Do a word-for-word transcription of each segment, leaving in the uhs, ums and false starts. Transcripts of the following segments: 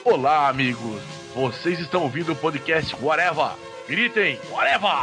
Olá, amigos. Vocês estão ouvindo o podcast Whatever. Gritem, Whatever!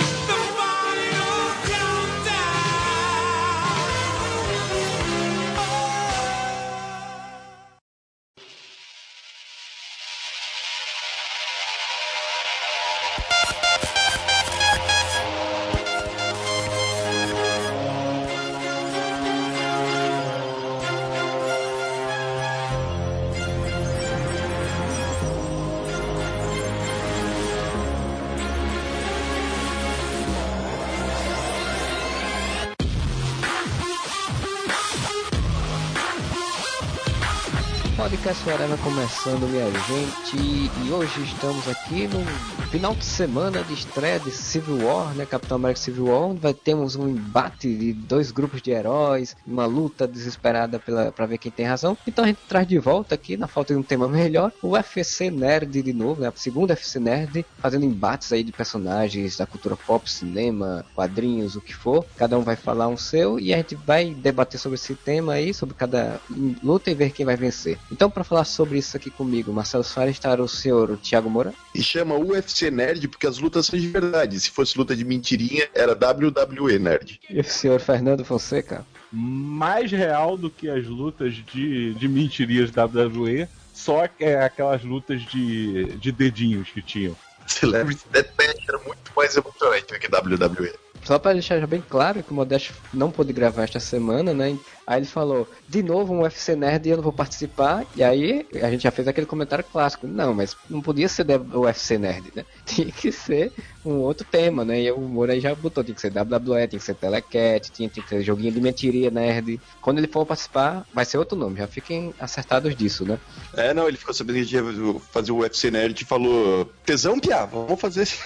Podcast Whatever começando, minha gente, e hoje estamos aqui no final de semana de estreia de Civil War, né, Capitão América Civil War, onde vai termos um embate de dois grupos de heróis, uma luta desesperada pela, pra ver quem tem razão. Então a gente traz de volta aqui, na falta de um tema melhor, o F C Nerd de novo, né, a segunda F C Nerd, fazendo embates aí de personagens da cultura pop, cinema, quadrinhos, o que for. Cada um vai falar um seu e a gente vai debater sobre esse tema aí, sobre cada luta e ver quem vai vencer. Então, para falar sobre isso aqui comigo, Marcelo Soares, está o senhor Thiago Moura. E chama U F C Nerd porque as lutas são de verdade. Se fosse luta de mentirinha, era W W E Nerd. E o senhor Fernando Fonseca? Mais real do que as lutas de, de mentirinhas da W W E, só é aquelas lutas de, de dedinhos que tinham. Celebrity Deathmatch era muito mais emocionante do que W W E. Só para deixar já bem claro que o Modesto não pôde gravar esta semana, né? Aí ele falou, de novo um U F C Nerd e eu não vou participar. E aí a gente já fez aquele comentário clássico. Não, mas não podia ser o U F C Nerd, né? Tinha que ser um outro tema, né? E o Moura aí já botou, tinha que ser W W E, tinha que ser Telecat, tinha, tinha que ser joguinho de mentiria nerd. Quando ele for participar, vai ser outro nome. Já fiquem acertados disso, né? É, não, ele ficou sabendo que ia fazer o U F C Nerd e falou, tesão, piá, vamos fazer esse...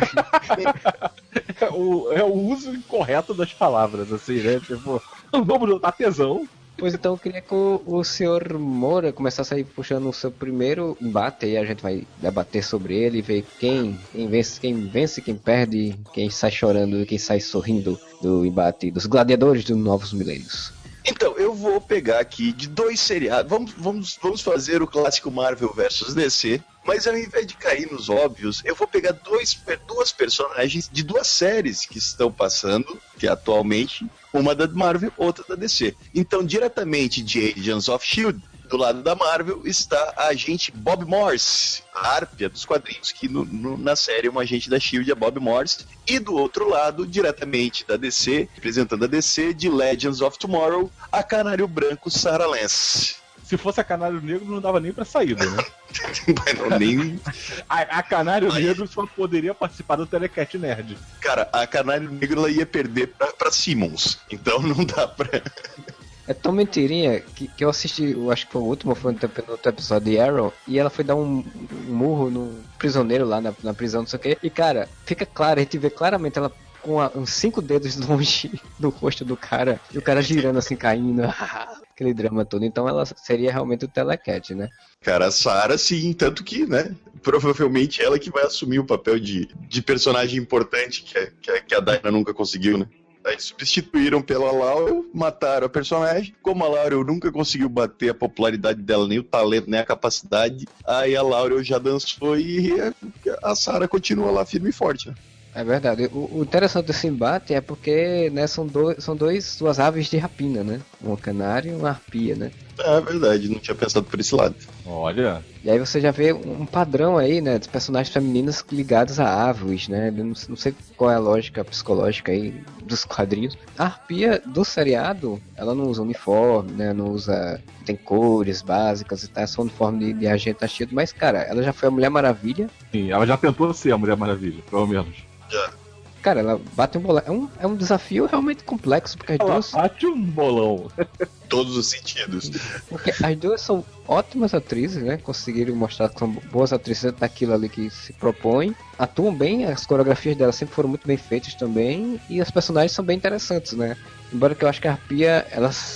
é, o, é o uso incorreto das palavras, assim, né? Tipo, vamos botar tesão. Pois então eu queria que o, o senhor Moura começasse aí puxando o seu primeiro embate, aí a gente vai debater sobre ele e ver quem, quem vence, quem vence, quem perde, quem sai chorando e quem sai sorrindo do embate dos gladiadores dos novos milênios. Então, eu vou pegar aqui de dois seriados. Vamos, vamos, vamos fazer o clássico Marvel versus D C. Mas ao invés de cair nos óbvios, eu vou pegar dois, duas personagens de duas séries que estão passando, que é atualmente, uma da Marvel, outra da D C. Então, diretamente de Agents of S H I E L D, do lado da Marvel, está a agente Bob Morse, a Árpia dos quadrinhos, que no, no, na série é uma agente da S H I E L D, a Bob Morse. E do outro lado, diretamente da D C, representando a D C, de Legends of Tomorrow, a Canário Branco Sarah Lance. Se fosse a Canário Negro, não dava nem pra saída, né? Mas não, nem... a, a Canário Aí... Negro só poderia participar do Telecat Nerd. Cara, a Canário Negro ela ia perder pra, pra Simmons. Então não dá pra... É tão mentirinha que, que eu assisti, eu acho que foi o último, foi no outro episódio de Arrow, e ela foi dar um, um murro no prisioneiro lá na, na prisão, não sei o que. E cara, fica claro, a gente vê claramente ela com a, uns cinco dedos longe do rosto do cara, e o cara girando assim, caindo, aquele drama todo. Então ela seria realmente o Telecat, né? Cara, a Sarah sim, tanto que, né, provavelmente ela que vai assumir o papel de, de personagem importante que a, que a, que a Dinah nunca conseguiu, né? Aí substituíram pela Laurel, mataram a personagem. Como a Laurel nunca conseguiu bater a popularidade dela, nem o talento, nem a capacidade, aí a Laurel já dançou e a Sarah continua lá firme e forte, né? É verdade. O, o interessante desse embate é porque, né, são, dois, são dois, duas aves de rapina, né? Um canário e uma arpia, né? É verdade, não tinha pensado por esse lado. Olha. E aí você já vê um padrão aí, né, dos personagens femininos ligados a aves, né? Eu não, não sei qual é a lógica psicológica aí dos quadrinhos. A arpia do seriado, ela não usa uniforme, né? Não usa... tem cores básicas e tal, é só uniforme de, de agente da S H I E L D. Mas, cara, ela já foi a Mulher Maravilha. Sim, ela já tentou ser a Mulher Maravilha, pelo menos. Já. Cara, ela bate um bolão. É um, é um desafio realmente complexo, porque as ela duas... bate um bolão. Todos os sentidos. Porque as duas são ótimas atrizes, né? Conseguiram mostrar que são boas atrizes daquilo ali que se propõe. Atuam bem, as coreografias delas sempre foram muito bem feitas também. E as personagens são bem interessantes, né? Embora que eu acho que a Arpia, ela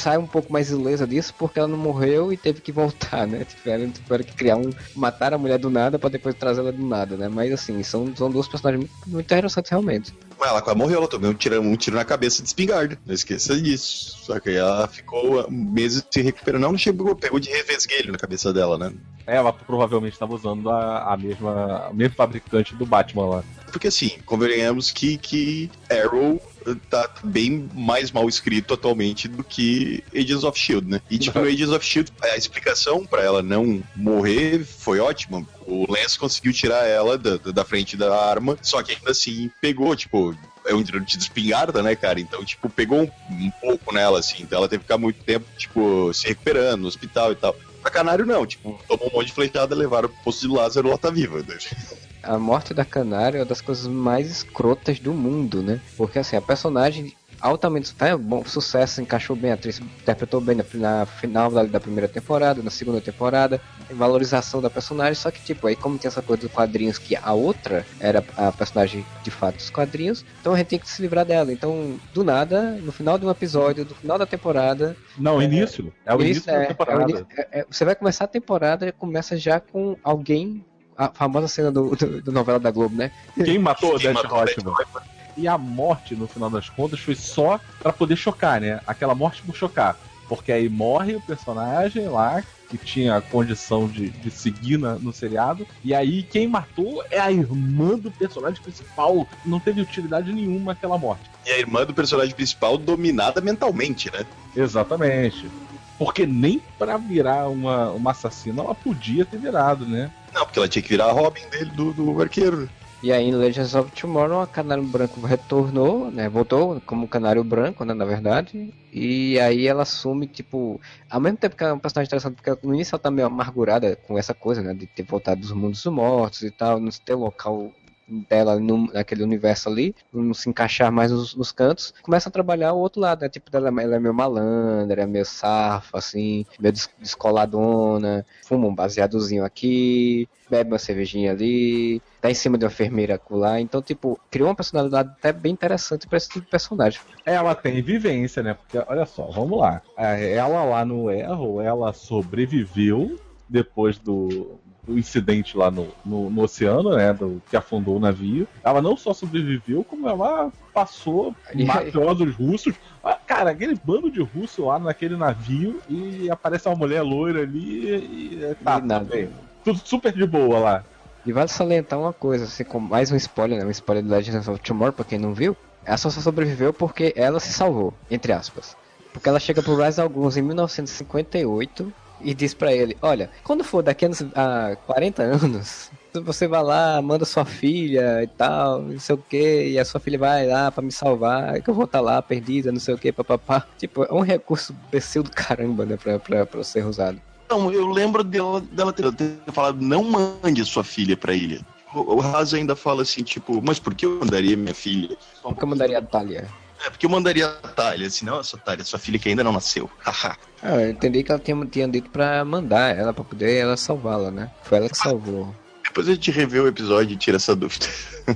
sai um pouco mais ilesa disso porque ela não morreu e teve que voltar, né? Tiveram, tiveram que criar um... matar a mulher do nada pra depois trazer ela do nada, né? Mas assim, são, são duas personagens muito, muito interessantes realmente. Mas ela quase morreu, ela tomou um tiro, um tiro na cabeça de espingarda. Não esqueça disso. Só que ela ficou meses se recuperando. Não, não chegou, pegou de revesgueio na cabeça dela, né? Ela provavelmente estava usando a, a mesma, a mesma fabricante do Batman lá. Porque assim, convenhamos que, que Arrow tá bem mais mal escrito atualmente do que Agents of Shield, né? E tipo, no Agents of Shield, a explicação pra ela não morrer foi ótima. O Lance conseguiu tirar ela da, da frente da arma, só que ainda assim pegou, tipo, é um tiro de espingarda, né, cara? Então, tipo, pegou um, um pouco nela, assim. Então ela teve que ficar muito tempo, tipo, se recuperando no hospital e tal. A Canário não, tipo, tomou um monte de flechada, levaram pro posto de Lázaro, ela tá viva, né? A morte da Canário é uma das coisas mais escrotas do mundo, né? Porque assim, a personagem altamente é bom sucesso, encaixou bem, a atriz interpretou bem na, na final da, da primeira temporada, na segunda temporada, tem valorização da personagem, só que tipo, aí como tem essa coisa dos quadrinhos que a outra era a personagem de fato dos quadrinhos, então a gente tem que se livrar dela. Então, do nada, no final de um episódio, do final da temporada... Não, é, início. É o início, início é, da temporada. É início, é, é, você vai começar a temporada e começa já com alguém... A famosa cena do, do, do novela da Globo, né? Quem matou o Quem Dash matou Hotman? E a morte, no final das contas, foi só pra poder chocar, né? Aquela morte por chocar. Porque aí morre o personagem lá, que tinha a condição de, de seguir na, no seriado. E aí quem matou é a irmã do personagem principal. Não teve utilidade nenhuma aquela morte. E a irmã do personagem principal dominada mentalmente, né? Exatamente. Porque nem pra virar uma, uma assassina ela podia ter virado, né? Não, porque ela tinha que virar a Robin dele, do, do arqueiro. E aí em Legends of Tomorrow a Canário Branco retornou, né? Voltou como Canário Branco, né? Na verdade. E aí ela assume, tipo... Ao mesmo tempo que é um personagem interessante, porque no início ela tá meio amargurada com essa coisa, né? De ter voltado dos mundos dos mortos e tal, não ter local dela no, naquele universo ali, não se encaixar mais nos, nos cantos, começa a trabalhar o outro lado, né? Tipo, ela, ela é meio malandra, é meio safa, assim, meio descoladona, fuma um baseadozinho aqui, bebe uma cervejinha ali, tá em cima de uma enfermeira lá, então, tipo, criou uma personalidade até bem interessante pra esse tipo de personagem. Ela tem vivência, né? Porque, olha só, vamos lá. Ela lá no Arrow, ela sobreviveu depois do... do incidente lá no, no, no oceano, né, do, que afundou o navio. Ela não só sobreviveu, como ela passou mafiosos russos. Ah, cara, aquele bando de russo lá naquele navio e aparece uma mulher loira ali e tá, e nada. Bem, tudo super de boa lá. E vale salientar uma coisa, assim, com mais um spoiler, né, um spoiler do Legends of Tomorrow, pra quem não viu, ela só sobreviveu porque ela se salvou, entre aspas. Porque ela chega pro Ra's al Ghul em mil novecentos e cinquenta e oito e diz pra ele, olha, quando for daqui a quarenta anos, você vai lá, manda sua filha e tal, não sei o que, e a sua filha vai lá pra me salvar, que eu vou estar lá perdida, não sei o que, papapá. Tipo, é um recurso imbecil do caramba, né, pra, pra, pra ser usado. Não, eu lembro dela, dela ter, ter falado, não mande sua filha pra ilha. O, o Ra's ainda fala assim, tipo, mas por que eu mandaria minha filha? Por que eu mandaria a Thalia? É, porque eu mandaria a Thalia, assim, não, essa Thalia, sua filha que ainda não nasceu. Haha. Ah, eu entendi que ela tinha, tinha dito pra mandar ela, pra poder ela salvá-la, né? Foi ela que salvou. Depois a gente revê o episódio e tira essa dúvida.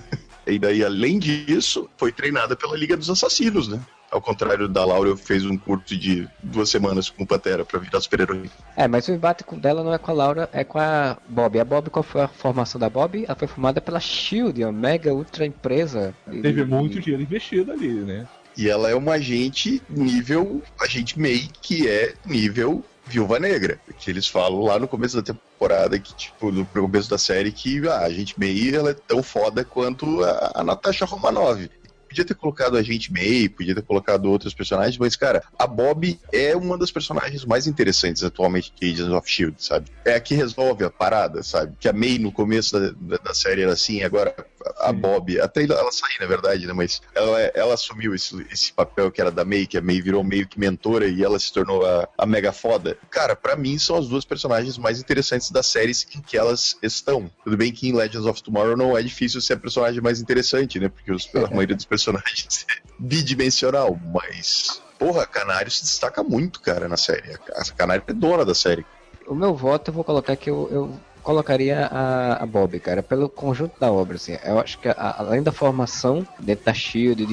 E daí, além disso, foi treinada pela Liga dos Assassinos, né? Ao contrário da Laura, fez um curso de duas semanas com o Pantera pra virar super-herói. É, mas o embate dela não é com a Laura, é com a Bob. A Bob, qual foi a formação da Bob? Ela foi formada pela Shield, uma mega ultra empresa. Teve muito dinheiro investido ali, né? E ela é uma agente nível, agente May, que é nível Viúva Negra. Que eles falam lá no começo da temporada, que tipo, no começo da série, que ah, a agente May ela é tão foda quanto a, a Natasha Romanoff. Podia ter colocado a gente May, podia ter colocado outros personagens, mas, cara, a Bob é uma das personagens mais interessantes atualmente de Agents of Shield, sabe? É a que resolve a parada, sabe? Que a May no começo da, da, da série era assim, agora a Sim. Bob, até ela sair, na verdade, né? Mas ela, ela assumiu esse, esse papel que era da May, que a May virou meio que mentora e ela se tornou a, a mega foda. Cara, pra mim são as duas personagens mais interessantes das séries que, que elas estão. Tudo bem que em Legends of Tomorrow não é difícil ser a personagem mais interessante, né? Porque os, a maioria dos personagens é bidimensional, mas... Porra, a Canário se destaca muito, cara, na série. A Canário é dona da série. O meu voto eu vou colocar que eu, eu colocaria a, a Bob, cara, pelo conjunto da obra, assim. Eu acho que a, além da formação dentro da Shield, de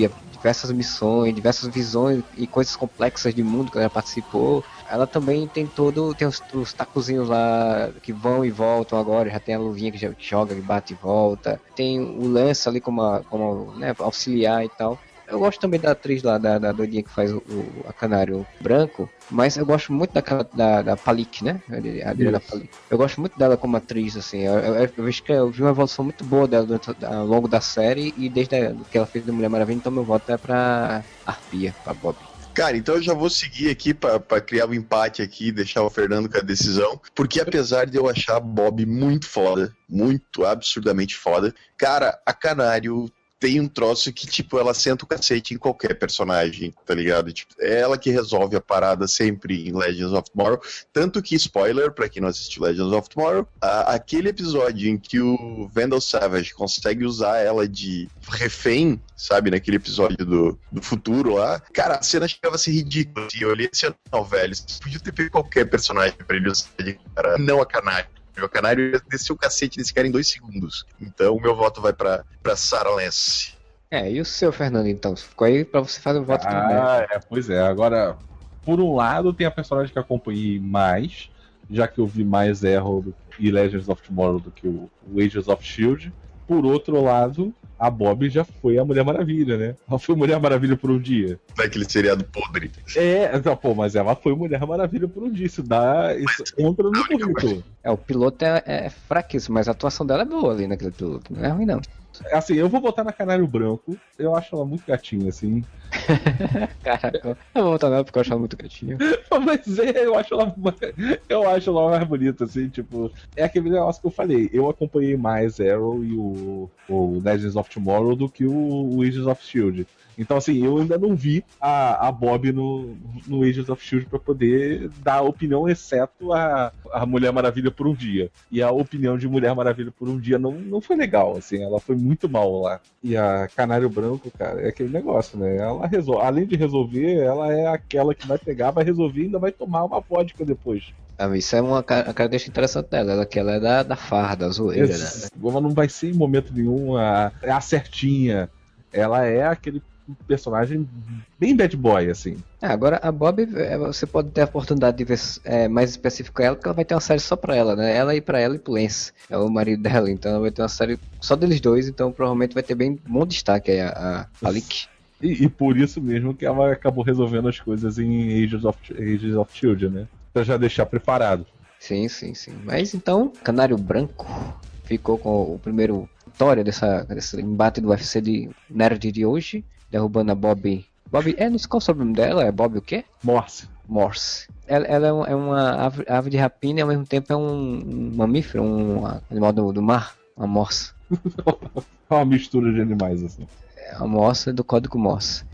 diversas missões, diversas visões e coisas complexas de mundo que ela participou. Ela também tem todo, tem os, os tacozinhos lá que vão e voltam agora, já tem a luvinha que, já, que joga, que bate e volta. Tem o lance ali como, a, como né, auxiliar e tal. Eu gosto também da atriz lá, da, da doidinha que faz o, o a Canário Branco, mas eu gosto muito daquela, da, da Palik, né? A Adriana Palik. Eu gosto muito dela como atriz, assim. Eu, eu, eu, vejo que eu vi uma evolução muito boa dela durante, ao longo da série e desde a, que ela fez da Mulher Maravilha, então meu voto é pra Arpia, pra Bob. Cara, então eu já vou seguir aqui pra, pra criar um empate aqui, deixar o Fernando com a decisão, porque apesar de eu achar a Bob muito foda, muito absurdamente foda, cara, a Canário tem um troço que, tipo, ela senta o cacete em qualquer personagem, tá ligado? Tipo, é ela que resolve a parada sempre em Legends of Tomorrow. Tanto que, spoiler, pra quem não assistiu Legends of Tomorrow, a, aquele episódio em que o Vandal Savage consegue usar ela de refém, sabe, naquele episódio do, do futuro lá, cara, a cena chegava a ser ridícula. Assim, eu olhei assim, não, velho, você podia ter pego qualquer personagem pra ele usar de cara, não a Canário. O Canário desceu o cacete desse cara em dois segundos. Então o meu voto vai pra, pra Sarah Lance. É, e o seu, Fernando, então? Ficou aí pra você fazer o voto ah, também. É, pois é. Agora, por um lado, tem a personagem que eu acompanhei mais, já que eu vi mais Arrow e Legends of Tomorrow do que o, o Agents of Shield. Por outro lado, a Bob já foi a Mulher Maravilha, né? Ela foi Mulher Maravilha por um dia. Daquele seriado podre. É, não, pô, mas ela foi Mulher Maravilha por um dia. Isso dá. Isso entra no currículo. É, o piloto é, é fraquíssimo, mas a atuação dela é boa ali naquele piloto. Não é ruim, não. Assim, eu vou botar na Canário Branco. Eu acho ela muito gatinha, assim. Caraca, eu vou botar nela porque eu acho ela muito gatinha. Mas é, eu acho ela eu acho ela mais bonita, assim, tipo. É aquele negócio que eu falei. Eu acompanhei mais Arrow e o, o Legends of Tomorrow do que o, o Agents of Shield. Então, assim, eu ainda não vi a, a Bob no, no Agents of Shield pra poder dar opinião, exceto a, a Mulher Maravilha por um dia. E a opinião de Mulher Maravilha por um dia não, não foi legal, assim, ela foi muito mal lá. E a Canário Branco, cara, é aquele negócio, né? Ela resolve, além de resolver, ela é aquela que vai pegar, vai resolver e ainda vai tomar uma vodka depois. Ah, isso é uma característica interessante dela, ela, que ela é da, da farda, da zoeira, Esse, né? Ela não vai ser em momento nenhum a, é a certinha. Ela é aquele personagem bem bad boy, assim. Ah, agora a Bob, você pode ter a oportunidade de ver é, mais específico ela, porque ela vai ter uma série só pra ela, né? Ela e pra ela e pro Lance, é o marido dela, então ela vai ter uma série só deles dois, então provavelmente vai ter bem bom destaque aí a, a Lick. E, e por isso mesmo que ela acabou resolvendo as coisas em Agents of, Agents of Shield, né? Pra já deixar preparado. Sim, sim, sim. Mas então, Canário Branco ficou com o primeiro vitória dessa, desse embate do U F C de Nerd de hoje, derrubando a Bob. Bob, é, não sei qual é o sobrenome dela, é Bob o quê? Morse. Morse. Ela, ela é, um, é uma ave, ave de rapina e ao mesmo tempo é um, um mamífero, um animal do, do mar, uma morsa. É uma mistura de animais, assim. É a morsa do código Morse.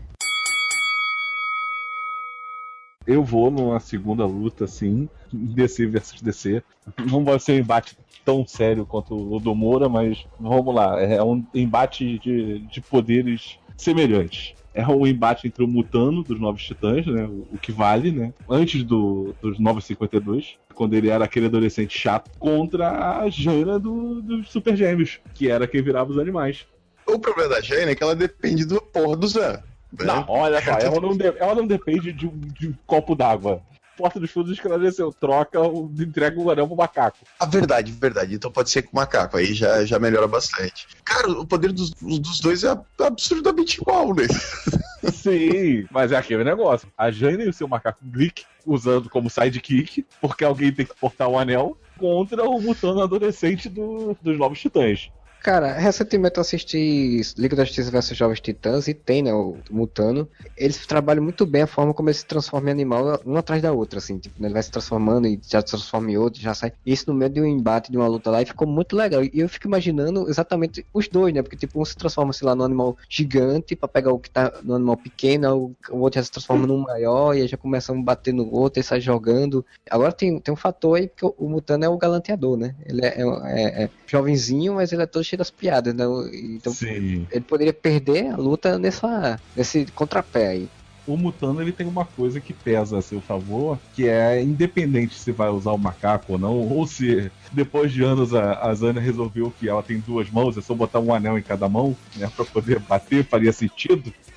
Eu vou numa segunda luta, assim, D C versus D C. Não vai ser um embate tão sério quanto o do Moura, mas vamos lá. É um embate de, de poderes semelhantes. É um embate entre o Mutano dos Novos Titãs, né? O, o que vale, né? Antes do, dos Novos cinquenta e dois, quando ele era aquele adolescente chato, contra a Jana do, dos Super Gêmeos, que era quem virava os animais. O problema da Jana é que ela depende do porra do Zan. Né? Não, olha só, ela não, de, ela não depende de um, de um copo d'água. Porta dos Fundos esclareceu, troca, entrega o anel pro macaco. A verdade, verdade. Então pode ser com o macaco, aí já, já melhora bastante. Cara, o poder dos, dos dois é absurdamente igual, né? Sim, mas é aquele negócio. A Jane e o seu macaco Glick usando como sidekick, porque alguém tem que portar o anel, contra o Mutano adolescente do, dos Novos Titãs. Cara, recentemente eu assisti Liga da Justiça versus Jovens Titãs e tem, né, o Mutano. Eles trabalham muito bem a forma como ele se transforma em animal, um atrás da outra, assim. Tipo, né, ele vai se transformando e já se transforma em outro, já sai. Isso no meio de um embate, de uma luta lá, e ficou muito legal. E eu fico imaginando exatamente os dois, né? Porque, tipo, um se transforma, sei lá, num animal gigante pra pegar o que tá no animal pequeno, o outro já se transforma num maior, e aí já começa a um bater no outro e sai jogando. Agora tem, tem um fator aí, que o, o Mutano é o galanteador, né? Ele é, é, é jovenzinho, mas ele é todo cheio das piadas, né? Então Sim. Ele poderia perder a luta nessa, nesse contrapé aí. O Mutano ele tem uma coisa que pesa a seu favor, que é independente se vai usar o macaco ou não, ou se depois de anos a, a Zana resolveu que ela tem duas mãos, é só botar um anel em cada mão, né, pra poder bater, faria sentido.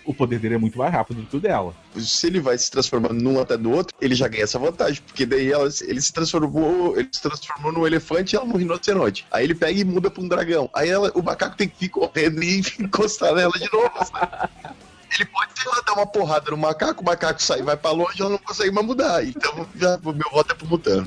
o poder dele é muito mais rápido do que o dela. Se ele vai se transformando num até do outro, ele já ganha essa vantagem, porque daí ela, ele se transformou, ele se transformou num elefante e ela num rinoceronte. Aí ele pega e muda pra um dragão. Aí ela, o macaco tem que vir correndo e encostar nela de novo, sabe? Ele pode, sei lá, dar uma porrada no macaco, o macaco sai, vai pra longe e ela não consegue mais mudar. Então, já, o meu voto é pro Mutano.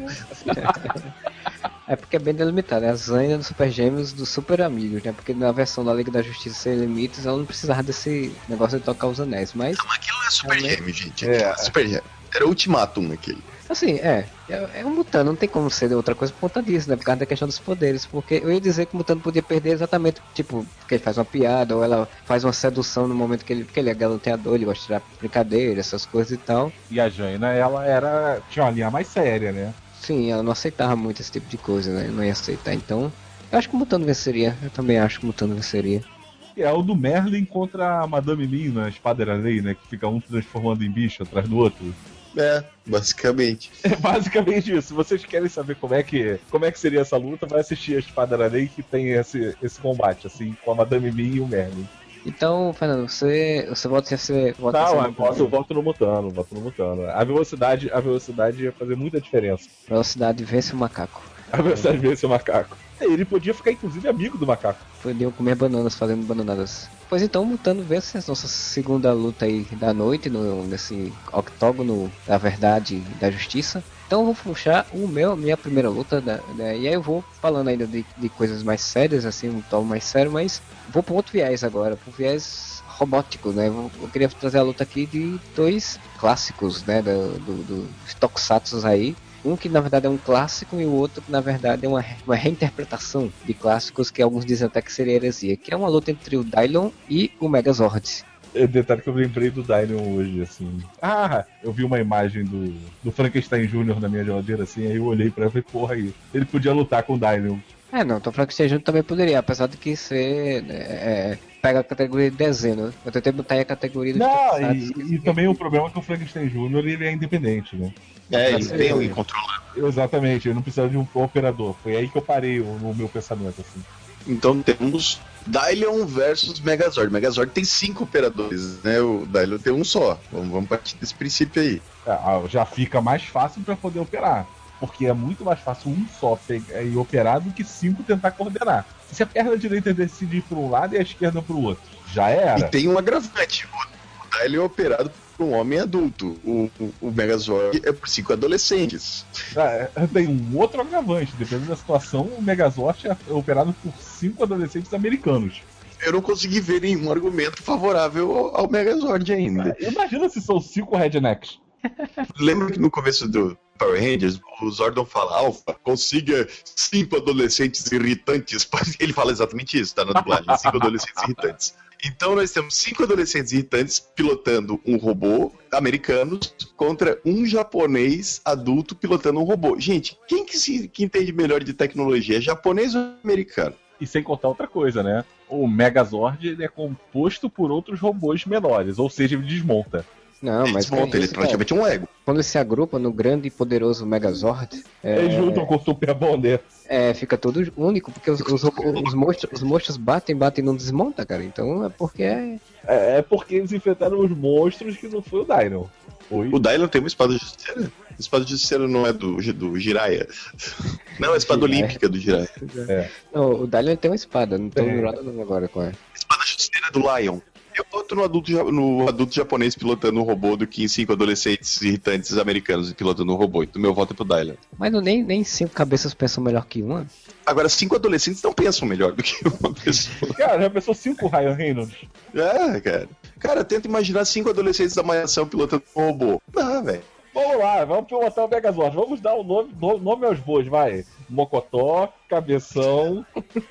É porque é bem delimitado, é a Zanha dos Super Gêmeos dos Super Amigos, né? Porque na versão da Liga da Justiça Sem Limites ela não precisava desse negócio de tocar os anéis, mas... Não, mas aquilo não é Super realmente... Gêmeo, gente. Aquilo é. é Super Gêmeo. Era o Ultimatum aquele. Assim, é, é, é um Mutano, não tem como ser de outra coisa por conta disso, né? Por causa da questão dos poderes, porque eu ia dizer que o Mutano podia perder exatamente, tipo, porque ele faz uma piada, ou ela faz uma sedução no momento que ele, porque ele é galanteador, ele gosta de tirar brincadeira, essas coisas e tal. E a Jaina, ela era, tinha uma linha mais séria, né? Sim, ela não aceitava muito esse tipo de coisa, né? Não ia aceitar, então... Eu acho que o Mutano venceria, eu também acho que o Mutano venceria. E é o do Merlin contra a Madame Mim na Espada Era Lei, né? Que fica um transformando em bicho atrás do outro. É, basicamente. É basicamente isso. Se vocês querem saber como é que, como é que seria essa luta, vai assistir a Espada Era Lei, que tem esse, esse combate, assim, com a Madame Mim e o Merlin. Então, Fernando, você, você vota se você vota Não, se eu voto, eu voto no Mutano, voto no Mutano. A velocidade, a velocidade ia fazer muita diferença. Velocidade vence o macaco. A velocidade vence o macaco. Ele podia ficar, inclusive, amigo do macaco. Podiam comer bananas fazendo bananadas. Pois então, o Mutano vence a nossa segunda luta aí da noite, no, nesse octógono da verdade e da justiça. Então eu vou puxar o meu, minha primeira luta, né, né, e aí eu vou falando ainda de, de coisas mais sérias, assim, um tom mais sério, mas vou para outro viés agora, para o viés robótico, né? Eu, eu queria trazer a luta aqui de dois clássicos, né, do, do, do Tokusatsu aí. Um que na verdade é um clássico e o outro que na verdade é uma, uma reinterpretação de clássicos que alguns dizem até que seria heresia, que é uma luta entre o Dylon e o Megazord. É detalhe que eu lembrei do Dylon hoje, assim. Ah, eu vi uma imagem do, do Frankenstein Júnior na minha geladeira, assim, aí eu olhei pra ela e falei, porra aí, ele podia lutar com o Dylon. É, não, então Frankenstein Júnior também poderia, apesar de que ser... É, pega a categoria de desenho, né? Eu tentei botar aí a categoria dos Não, e, e, e também o problema é que o Frankenstein Júnior ele é independente, né? É, ele tem alguém controlando. Exatamente, ele não precisa de um operador. Foi aí que eu parei o, no meu pensamento, assim. Então temos Dylon versus Megazord. Megazord tem cinco operadores, né? O Dylon tem um só. Vamos, vamos partir desse princípio aí. É, já fica mais fácil para poder operar. Porque é muito mais fácil um só pegar e operar do que cinco tentar coordenar. Se a perna direita decide ir para um lado e a esquerda para o outro, já era. E tem um agravante. O Dylon é operado por um homem adulto. O, o, o Megazord é por cinco adolescentes. Ah, tem um outro agravante. Dependendo da situação, o Megazord é operado por cinco adolescentes americanos. Eu não consegui ver nenhum argumento favorável ao, ao Megazord ainda. Ah, imagina se são cinco rednecks. Lembra que no começo do Power Rangers, o Zordon fala, Alpha, consiga cinco adolescentes irritantes. Ele fala exatamente isso, tá na dublagem, cinco adolescentes irritantes. Então nós temos cinco adolescentes irritantes pilotando um robô americano contra um japonês adulto pilotando um robô. Gente, quem que, se, que entende melhor de tecnologia, japonês ou americano? E sem contar outra coisa, né? O Megazord ele é composto por outros robôs menores, ou seja, ele desmonta. Não, ele mas desmonta, ele é praticamente um Lego. Quando se agrupa no grande e poderoso Megazord, é, eles juntam com o Super Bonder. É, fica tudo único, porque os, os, os, monstros, os monstros batem, batem e não desmonta, cara. Então é porque é... é. É porque eles enfrentaram os monstros que não foi o Dylon. Foi. O Dylon tem uma espada justiceira. A espada justiceira não é do, do Jiraiya. Não, é a espada Jiraiya. olímpica do Jiraiya. É. Não, o Dylon tem uma espada, não tô É. lembrado agora qual é. Espada justiceira do Lion. Eu boto no adulto, no adulto japonês pilotando um robô do que em cinco adolescentes irritantes americanos pilotando um robô. Então meu voto é pro Dylon. Mas não, nem, nem cinco cabeças pensam melhor que uma. Agora, cinco adolescentes não pensam melhor do que uma pessoa. Cara, já pensou cinco Ryan Reynolds? É, cara. Cara, tenta imaginar cinco adolescentes da malhação pilotando um robô. Não, velho. Vamos lá, vamos pilotar o Megazord. Vamos dar o nome, no- nome aos bois, vai. Mocotó, Cabeção.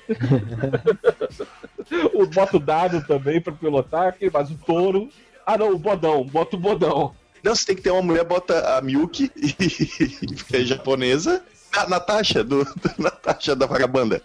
O boto dado também pra pilotar, quem mais? O touro. Ah não, o bodão, bota o bodão. Não, você tem que ter uma mulher, bota a Miyuki, que é japonesa. A Natasha, do, do Natasha da vagabanda.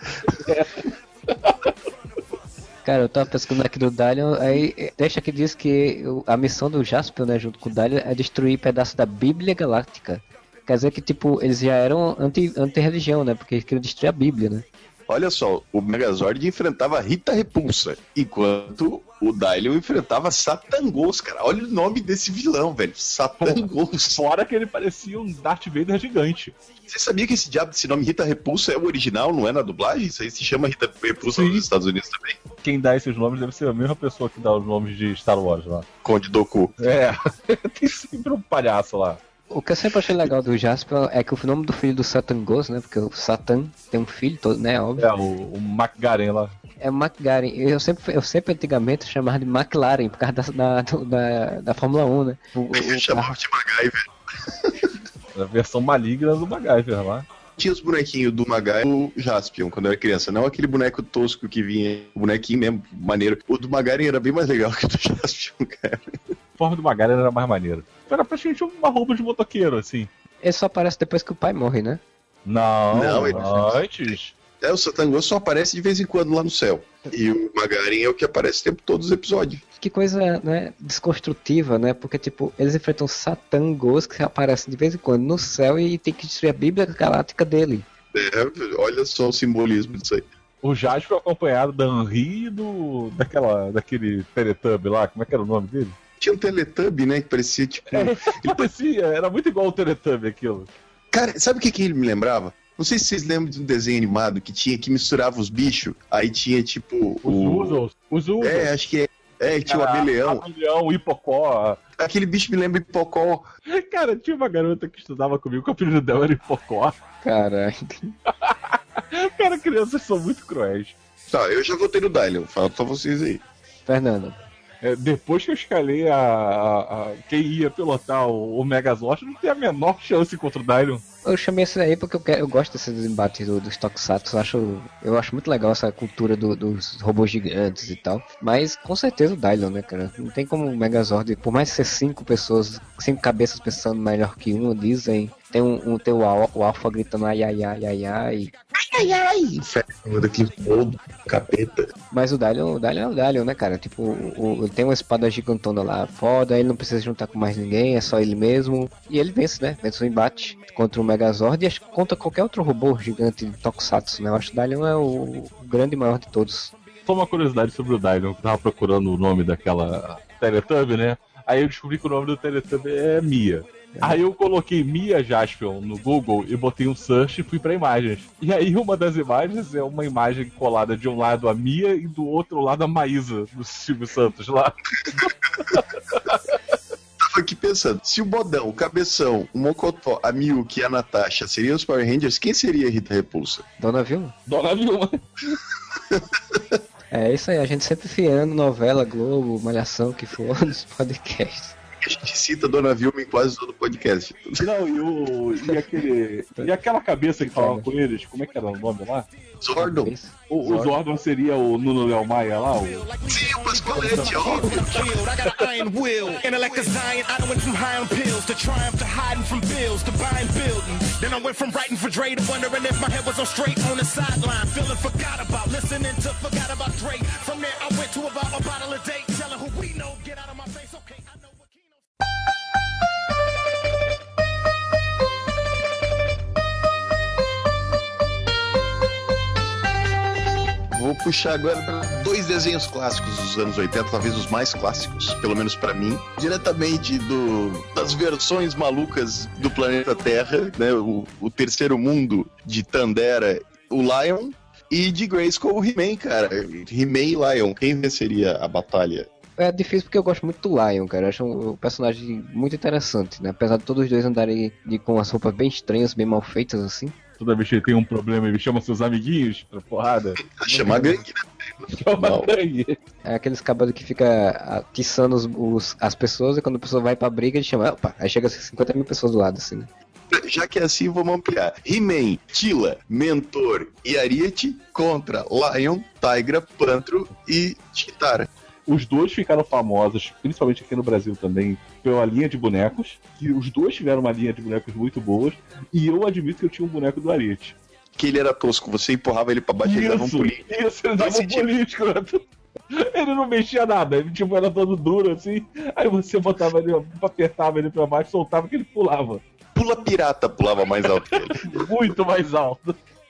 Cara, eu tava pesquisando aqui do Dalion, aí deixa que diz que o- a missão do Jaspion, né, junto com o Dalion, é destruir pedaços da Bíblia Galáctica. Quer dizer que, tipo, eles já eram anti, anti-religião, né, porque eles queriam destruir a Bíblia, né. olha só, o Megazord enfrentava Rita Repulsa, enquanto o Dylion enfrentava Satangos, cara. Olha o nome desse vilão, velho. Satangos. Fora que ele parecia um Darth Vader gigante. Você sabia que esse diabo desse nome Rita Repulsa é o original, não é na dublagem? Isso aí se chama Rita Repulsa Sim. nos Estados Unidos também. Quem dá esses nomes deve ser a mesma pessoa que dá os nomes de Star Wars lá. Conde Dooku. É, tem sempre um palhaço lá. O que eu sempre achei legal do Jaspion é que o nome do filho do Satangos, né? Porque o Satan tem um filho, todo, né? Óbvio. É, o, o McGaren lá. É McGaren. Eu sempre, eu sempre antigamente chamava de McLaren, por causa da, da, da, da Fórmula um, né? O, o, Eu o chamava carro. de MacGyver. A versão maligna do MacGyver lá. Tinha os bonequinhos do MacGyver e do Jaspion quando eu era criança. Não aquele boneco tosco que vinha, o bonequinho mesmo, maneiro. O do MacGyver era bem mais legal que o do Jaspion, cara. A forma do MacGyver era mais maneira. Era praticamente uma roupa de motoqueiro, assim. Ele só aparece depois que o pai morre, né? Não, Não, ele- antes. É, o Satangos só aparece de vez em quando lá no céu. E o MacGyver é o que aparece o tempo todo nos episódios. Que coisa, né, desconstrutiva, né? Porque, tipo, eles enfrentam Satangos, que aparece de vez em quando no céu e tem que destruir a Bíblia Galáctica dele. É, olha só o simbolismo disso aí. O Jazz foi acompanhado da Henri e do, daquela, daquele Teletubby lá. Como é que era o nome dele? Tinha um Teletubby, né, que parecia tipo... É, parecia, era muito igual o Teletubby aquilo. Cara, sabe o que, que ele me lembrava? Não sei se vocês lembram de um desenho animado que tinha que misturava os bichos, aí tinha tipo Os o... Usos. Os Usos. É, acho que é. É, tinha o Ah, abelhão. Abelhão, o Hipocó. Aquele bicho me lembra Hipocó. Cara, tinha uma garota que estudava comigo, que o apelido dela era Hipocó. Caralho. Cara, crianças são muito cruéis. Tá, eu já votei no Dylion, fala pra vocês aí. Fernando. É, depois que eu escalei a, a, a- quem ia pilotar o, o Megazord, não tem a menor chance contra o Dylion. Eu chamei esse aí porque eu, quero, eu gosto desses embates do, dos Tokusatsu. Eu acho, eu acho muito legal essa cultura do- dos robôs gigantes e tal. Mas com certeza o Dylion, né, cara? Não tem como o Megazord, por mais ser cinco pessoas, cinco cabeças pensando melhor que uma, dizem. Tem um, um tem o, Al- o Alpha gritando ai ai ai ai ai. Ai, ai, inferno daquele povo, capeta. Mas o Dylion, o Dylion é o Dylion, né, cara? Tipo, o, o- ele tem uma espada gigantona lá, foda, ele não precisa juntar com mais ninguém, é só ele mesmo. E ele vence, né? Vence o embate contra o Megazord e acho que contra qualquer outro robô gigante de Tokusatsu, né? Eu acho que o Dylion é o, o grande e maior de todos. Só uma curiosidade sobre o Dylion, que eu tava procurando o nome daquela Teletubby, né? Aí eu descobri que o nome do Teletubby é Mia. Aí eu coloquei Mia Jaspion no Google e botei um search e fui pra imagens. E aí uma das imagens é uma imagem colada de um lado a Mia e do outro lado a Maísa, do Silvio Santos lá. Tava aqui pensando, se o Bodão, o Cabeção, o Mocotó, a Miyuki e a Natasha seriam os Power Rangers, quem seria a Rita Repulsa? Dona Vilma? Dona Vilma. É isso aí, a gente sempre fiando novela, Globo, Malhação, que for, nos podcasts. A gente cita a Dona Vilma em quase todo o podcast. Não, e, o, e, aquele, e aquela cabeça que falava com eles, como é que era o nome lá? Zordon. O, o Zordon seria o Nuno Léo Maia lá? O... Sim, o Pascoalete, óbvio. Killed. I got an iron will. Intellect is dying. I done went from high on pills to triumph to hiding from bills to buying buildings. Then I went from writing for Dre to wondering if my head was on straight on the sideline. Feeling forgot about, listening to forgot about Dre. From there I went to about a bottle a day. Telling who we know, get out of my face. Okay, I know what Kino. Vou puxar agora para dois desenhos clássicos dos anos oitenta, talvez os mais clássicos, pelo menos pra mim, diretamente do, das versões malucas do planeta Terra, né, o, o terceiro mundo de Tandera, o Lion, e de Grayskull, o He-Man, cara. He-Man e Lion, quem venceria a batalha? É difícil porque eu gosto muito do Lion, cara. Eu acho um personagem muito interessante, né? Apesar de todos os dois andarem de, com as roupas bem estranhas, bem mal feitas, assim. Toda vez que ele tem um problema, ele chama seus amiguinhos pra porrada. Chama gangue, né? Chama Não. gangue. É aqueles cabelos que fica atiçando os, os- as pessoas e quando a pessoa vai pra briga, ele chama, opa, aí chega cinquenta mil pessoas do lado, assim, né? Já que é assim, vamos ampliar. He-Man, Tila, Mentor e Ariete contra Lion, Tigra, Pantro e Chitara. Os dois ficaram famosos, principalmente aqui no Brasil também, pela linha de bonecos. Que os dois tiveram uma linha de bonecos muito boas. E eu admito que eu tinha um boneco do Ariete. Que ele era tosco, você empurrava ele pra baixo e ele dava um Isso, pulinho. isso, ele dava Faz um sentido. político. Ele não mexia nada, ele tipo, era todo duro assim. Aí você botava ele, apertava ele pra baixo, soltava que ele pulava. Pula pirata pulava mais alto que ele. Muito mais alto.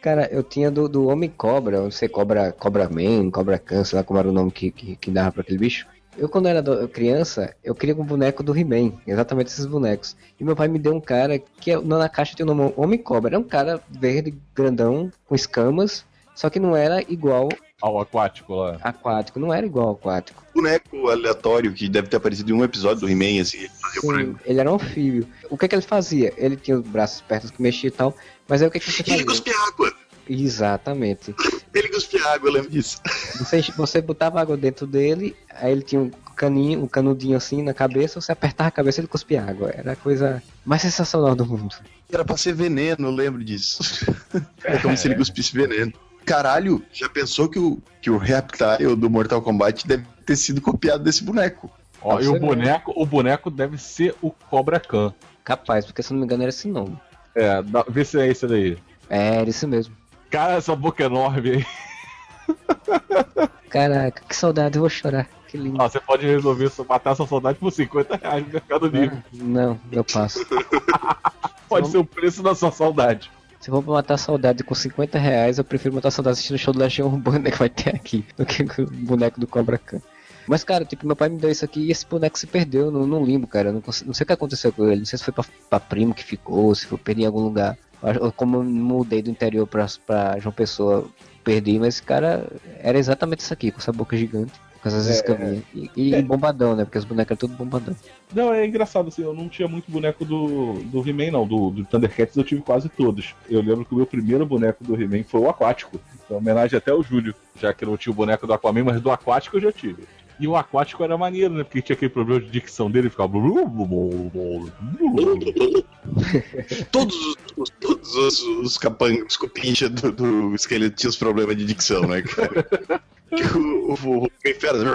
Cara, eu tinha do, do Homem-Cobra, não sei, Cobra, Cobra Man, Cobra Can, sei lá como era o nome que, que, que dava pra aquele bicho. Eu, quando era do, criança, eu queria um boneco do He-Man, exatamente esses bonecos. E meu pai me deu um cara que na caixa tinha o nome Homem-Cobra. Era um cara verde, grandão, com escamas, só que não era igual Ao aquático lá. aquático, não era igual ao aquático. Boneco aleatório que deve ter aparecido em um episódio do He-Man, assim. Ele fazia o Sim, frango. ele era um anfíbio. O que é que ele fazia? Ele tinha os braços perto que mexia e tal, mas aí o que, é que você E ele fazia? cuspia água. Exatamente. Ele cuspia água, eu lembro disso. Você, você botava água dentro dele, aí ele tinha um caninho, um canudinho assim na cabeça, você apertava a cabeça e ele cuspia água. Era a coisa mais sensacional do mundo. Era pra ser veneno, eu lembro disso. É como se ele cuspisse veneno. Caralho, já pensou que o, que o Reptile do Mortal Kombat deve ter sido copiado desse boneco? Ó, Pode e o ser boneco, o boneco deve ser o Cobra Khan. Capaz, porque se eu não me engano era esse nome. É, dá- vê se é esse daí. É, era isso mesmo. Cara, essa boca enorme aí. Caraca, que saudade, eu vou chorar. Que lindo. Ó, você pode resolver isso, matar essa saudade por cinquenta reais no Mercado Livre. Não, eu passo. Pode ser o preço da sua saudade. Se eu vou matar a saudade com cinquenta reais, eu prefiro matar a saudade assistindo o show do Legião Urbana que vai ter aqui, do que o boneco do Cobra Khan. Mas, cara, tipo, meu pai me deu isso aqui e esse boneco se perdeu no, no limbo, cara. Eu não, consigo- não sei o que aconteceu com ele. Não sei se foi pra, pra primo que ficou, se foi perder em algum lugar. Ou como eu mudei do interior pra, pra João Pessoa, perdi. Mas esse cara era exatamente isso aqui, com essa boca gigante, com essas É, escaminhas. E, e bombadão, né? Porque os bonecos eram tudo bombadão. Não, é engraçado, assim, eu não tinha muito boneco do, do He-Man, não. Do, do Thundercats eu tive quase todos. Eu lembro que o meu primeiro boneco do He-Man foi o aquático. Então, homenagem até ao Júlio, já que eu não tinha o boneco do Aquaman, mas do aquático eu já tive. E o aquático era maneiro, né? Porque tinha aquele problema de dicção dele, ficava... Todos os, os- todos os, os capangos, cupincha do, do esqueleto tinham os problemas de dicção, né, cara? Que o, o, o inferno...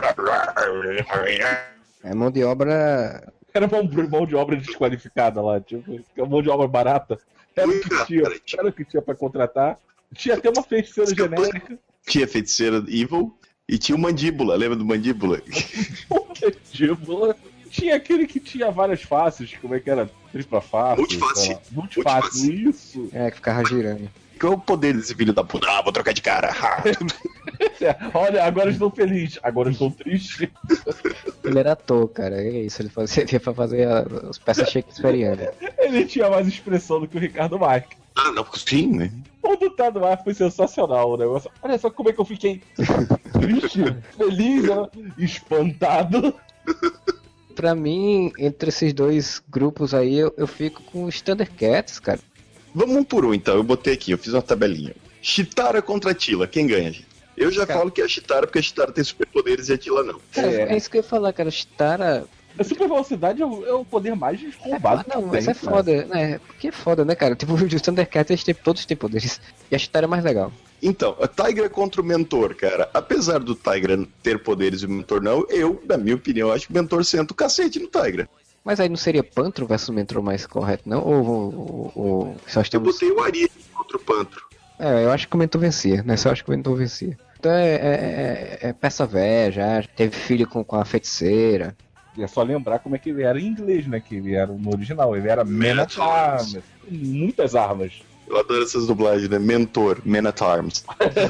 É mão de obra. Era uma mão de obra desqualificada lá, tipo, uma mão de obra barata. Era o que tinha, era o que tinha pra contratar. Tinha até uma feiticeira genérica. Tinha feiticeira evil e tinha o mandíbula, lembra do mandíbula? Mandíbula. Tinha aquele que tinha várias faces, como é que era? Tripla face. Multiface. sei lá. Multiface, isso. É, que ficava girando. Qual é o poder desse filho da puta? Ah, vou trocar de cara. É, olha, agora estou feliz, agora estou triste. Ele era ator, cara. É isso, ele fazia ele ia pra fazer a- as peças shakespearianas. Ele tinha mais expressão do que o Ricardo Marques. Ah, não, sim, né? O do Ricardo Marques foi sensacional o negócio. Olha só como é que eu fiquei triste, feliz, né? Espantado. Pra mim, entre esses dois grupos aí, eu, eu fico com os Thundercats, cara. Vamos um por um, então. Eu botei aqui, eu fiz uma tabelinha. Chitara contra Tila, quem ganha, gente? Eu já Cara. falo que é a Chitara, porque a Chitara tem superpoderes e a Tila não. Cara, É. é. isso que eu ia falar, cara. Chitara. A super velocidade é o, é o poder mais roubado. Ah, não, que mas tem, é foda, né? Porque é foda, né, cara? Tipo, os Thundercats, eles têm, todos têm poderes. E a Chitara é mais legal. Então, a Tigra contra o Mentor, cara. Apesar do Tigra ter poderes e o Mentor não, eu, na minha opinião, acho que o Mentor senta o cacete no Tigra. Mas aí não seria Pantro versus Mentor mais correto, não? Ou, ou, ou só Eu temos... botei o Ari contra o Pantro. É, eu acho que o Mentor vencia, né? Só acho que o Mentor vencia. Então é, é, é, é peça velha, já teve filho com, com a feiticeira. E é só lembrar como é que ele era em inglês, né? Que ele era no original. Ele era Man at Arms. Muitas armas. Eu adoro essas dublagens, né? Mentor, Man at Arms.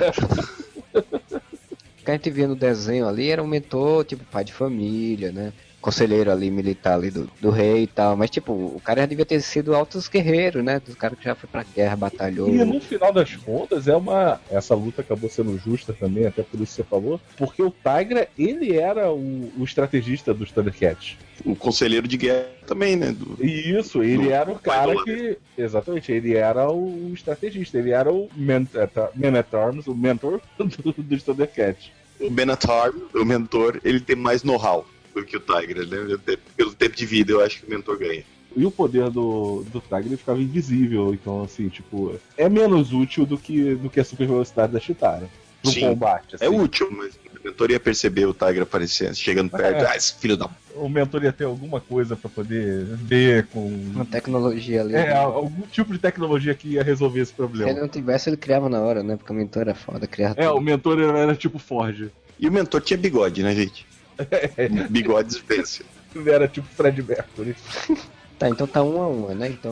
O que a gente via no desenho ali era um mentor, tipo, pai de família, né? Conselheiro ali, militar ali do, do rei e tal. Mas, tipo, o cara já devia ter sido altos guerreiros, né? O cara que já foi pra guerra, batalhou. E no final das contas, é uma. Essa luta acabou sendo justa também, até por isso que você falou. Porque o Tigra, ele era o, o estrategista dos Thundercats. O conselheiro de guerra também, né? Do... E isso, ele Do era o pai cara do que. Exatamente, ele era o estrategista, ele era o Man at, Man at Arms, o mentor do, dos Thundercats. O Ben at Arms, o Mentor, ele tem mais know-how do que o Tigra, né? Pelo tempo de vida, eu acho que o Mentor ganha. E o poder do, do Tigra ele ficava invisível, então assim, tipo, é menos útil do que, do que a super velocidade da Chitara pro Sim, combate. Assim. É útil, mas o Mentor ia perceber o Tigra aparecendo, chegando perto. É. Ah, esse filho da... O mentor ia ter alguma coisa pra poder ver com. Uma tecnologia ali. É, né? algum tipo de tecnologia que ia resolver esse Se problema. ele não tivesse, ele criava na hora, né? Porque o mentor era foda, criava É, tudo. o mentor era, era tipo Ford. E o Mentor tinha bigode, né, gente? Bigode Spencer. Ele era tipo Fred Mercury. Tá, então tá um a um, né? Então,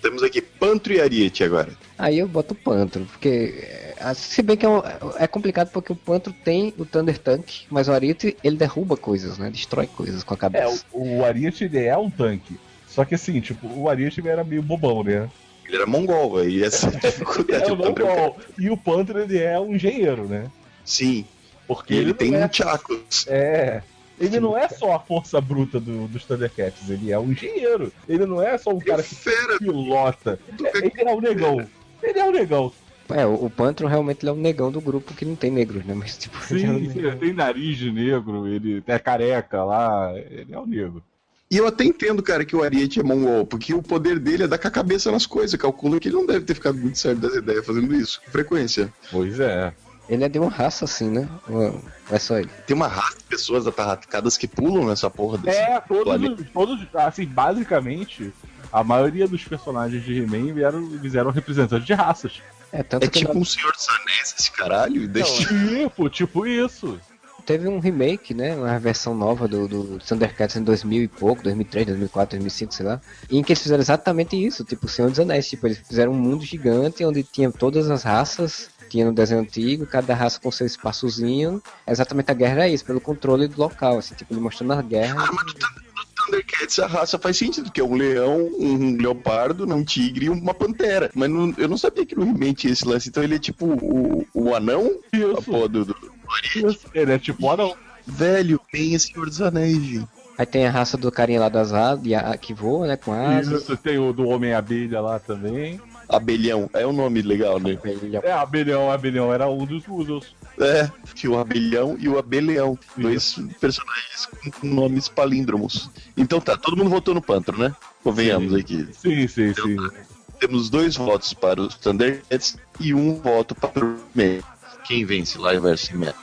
Temos aqui Pantro e Ariete agora. Aí eu boto o Pantro, porque... é, se bem que é, um- é complicado porque o Pantro tem o Thunder Tank, mas o Ariete, ele derruba coisas, né? Destrói coisas com a É, cabeça. o, o Ariete ele é um tanque. Só que assim, tipo, o Ariete era meio bobão, né? Ele era mongol, aí essa é a dificuldade. É O um Pantro é um cara- mongol. E o Panther ele é um engenheiro, né? Sim, Porque e ele não tem é, um Chakos. é. Ele não é só a força bruta do, dos Thundercats, ele é um engenheiro. Ele não é só um cara que Fera, pilota. do É, ele é o negão. Ele é o negão. É, o, o Pantro realmente ele é o negão do grupo que não tem negros, né? Mas tipo, ele é o Sim, negão. ele tem nariz de negro, ele é careca lá, ele é o negro. E eu até entendo, cara, que o Ariete é mongol, porque o poder dele é dar com a cabeça nas coisas. Calculo que ele não deve ter ficado muito certo das ideias fazendo isso, com frequência. Pois é. Ele é de uma raça assim, né? Ou é só ele? Tem uma raça de pessoas atarracadas que pulam nessa porra desse É, todos, planeta. os- todos, assim, basicamente, a maioria dos personagens de He-Man vieram, vieram representantes de raças. É, tanto É que tipo um Senhor dos Anéis esse caralho. E deixa... Tipo, tipo isso. teve um remake, né? Uma versão nova do, do Thundercats em dois mil e pouco, dois mil e três, dois mil e quatro, dois mil e cinco, sei lá. Em que eles fizeram exatamente isso, tipo o Senhor dos Anéis. Tipo, eles fizeram um mundo gigante onde tinha todas as raças, tinha no desenho antigo, cada raça com seu espaçozinho. Exatamente a guerra é isso, pelo controle do local, assim, tipo, ele mostrando a guerra. Ah, mas no, Thun- no Thundercats a raça faz sentido, que é um leão, um leopardo, um tigre e uma pantera. Mas no- eu não sabia que no He-Man tinha esse lance. Então ele é tipo o, o anão? A Isso. porra do, do, do Ariete. Isso. Ele é tipo, ó, não. Velho, bem esse Senhor dos Anéis, gente. Aí tem a raça do carinha lá das asas, de a- que voa, né, com asas. Isso, tem o do Homem-Abelha lá também. Abelhão, é um nome legal, né? Ele é- É, Abelhão, Abelhão era um dos Usos. É, tinha o Abelhão e o Abelhão. Dois personagens com- com nomes palíndromos. Então tá, todo mundo votou no Pantro, né? Convenhamos Sim. aqui. Sim, sim, sim. Temos dois votos para os Thundercats e um voto para o He-Man. Quem vence lá versus He-Man?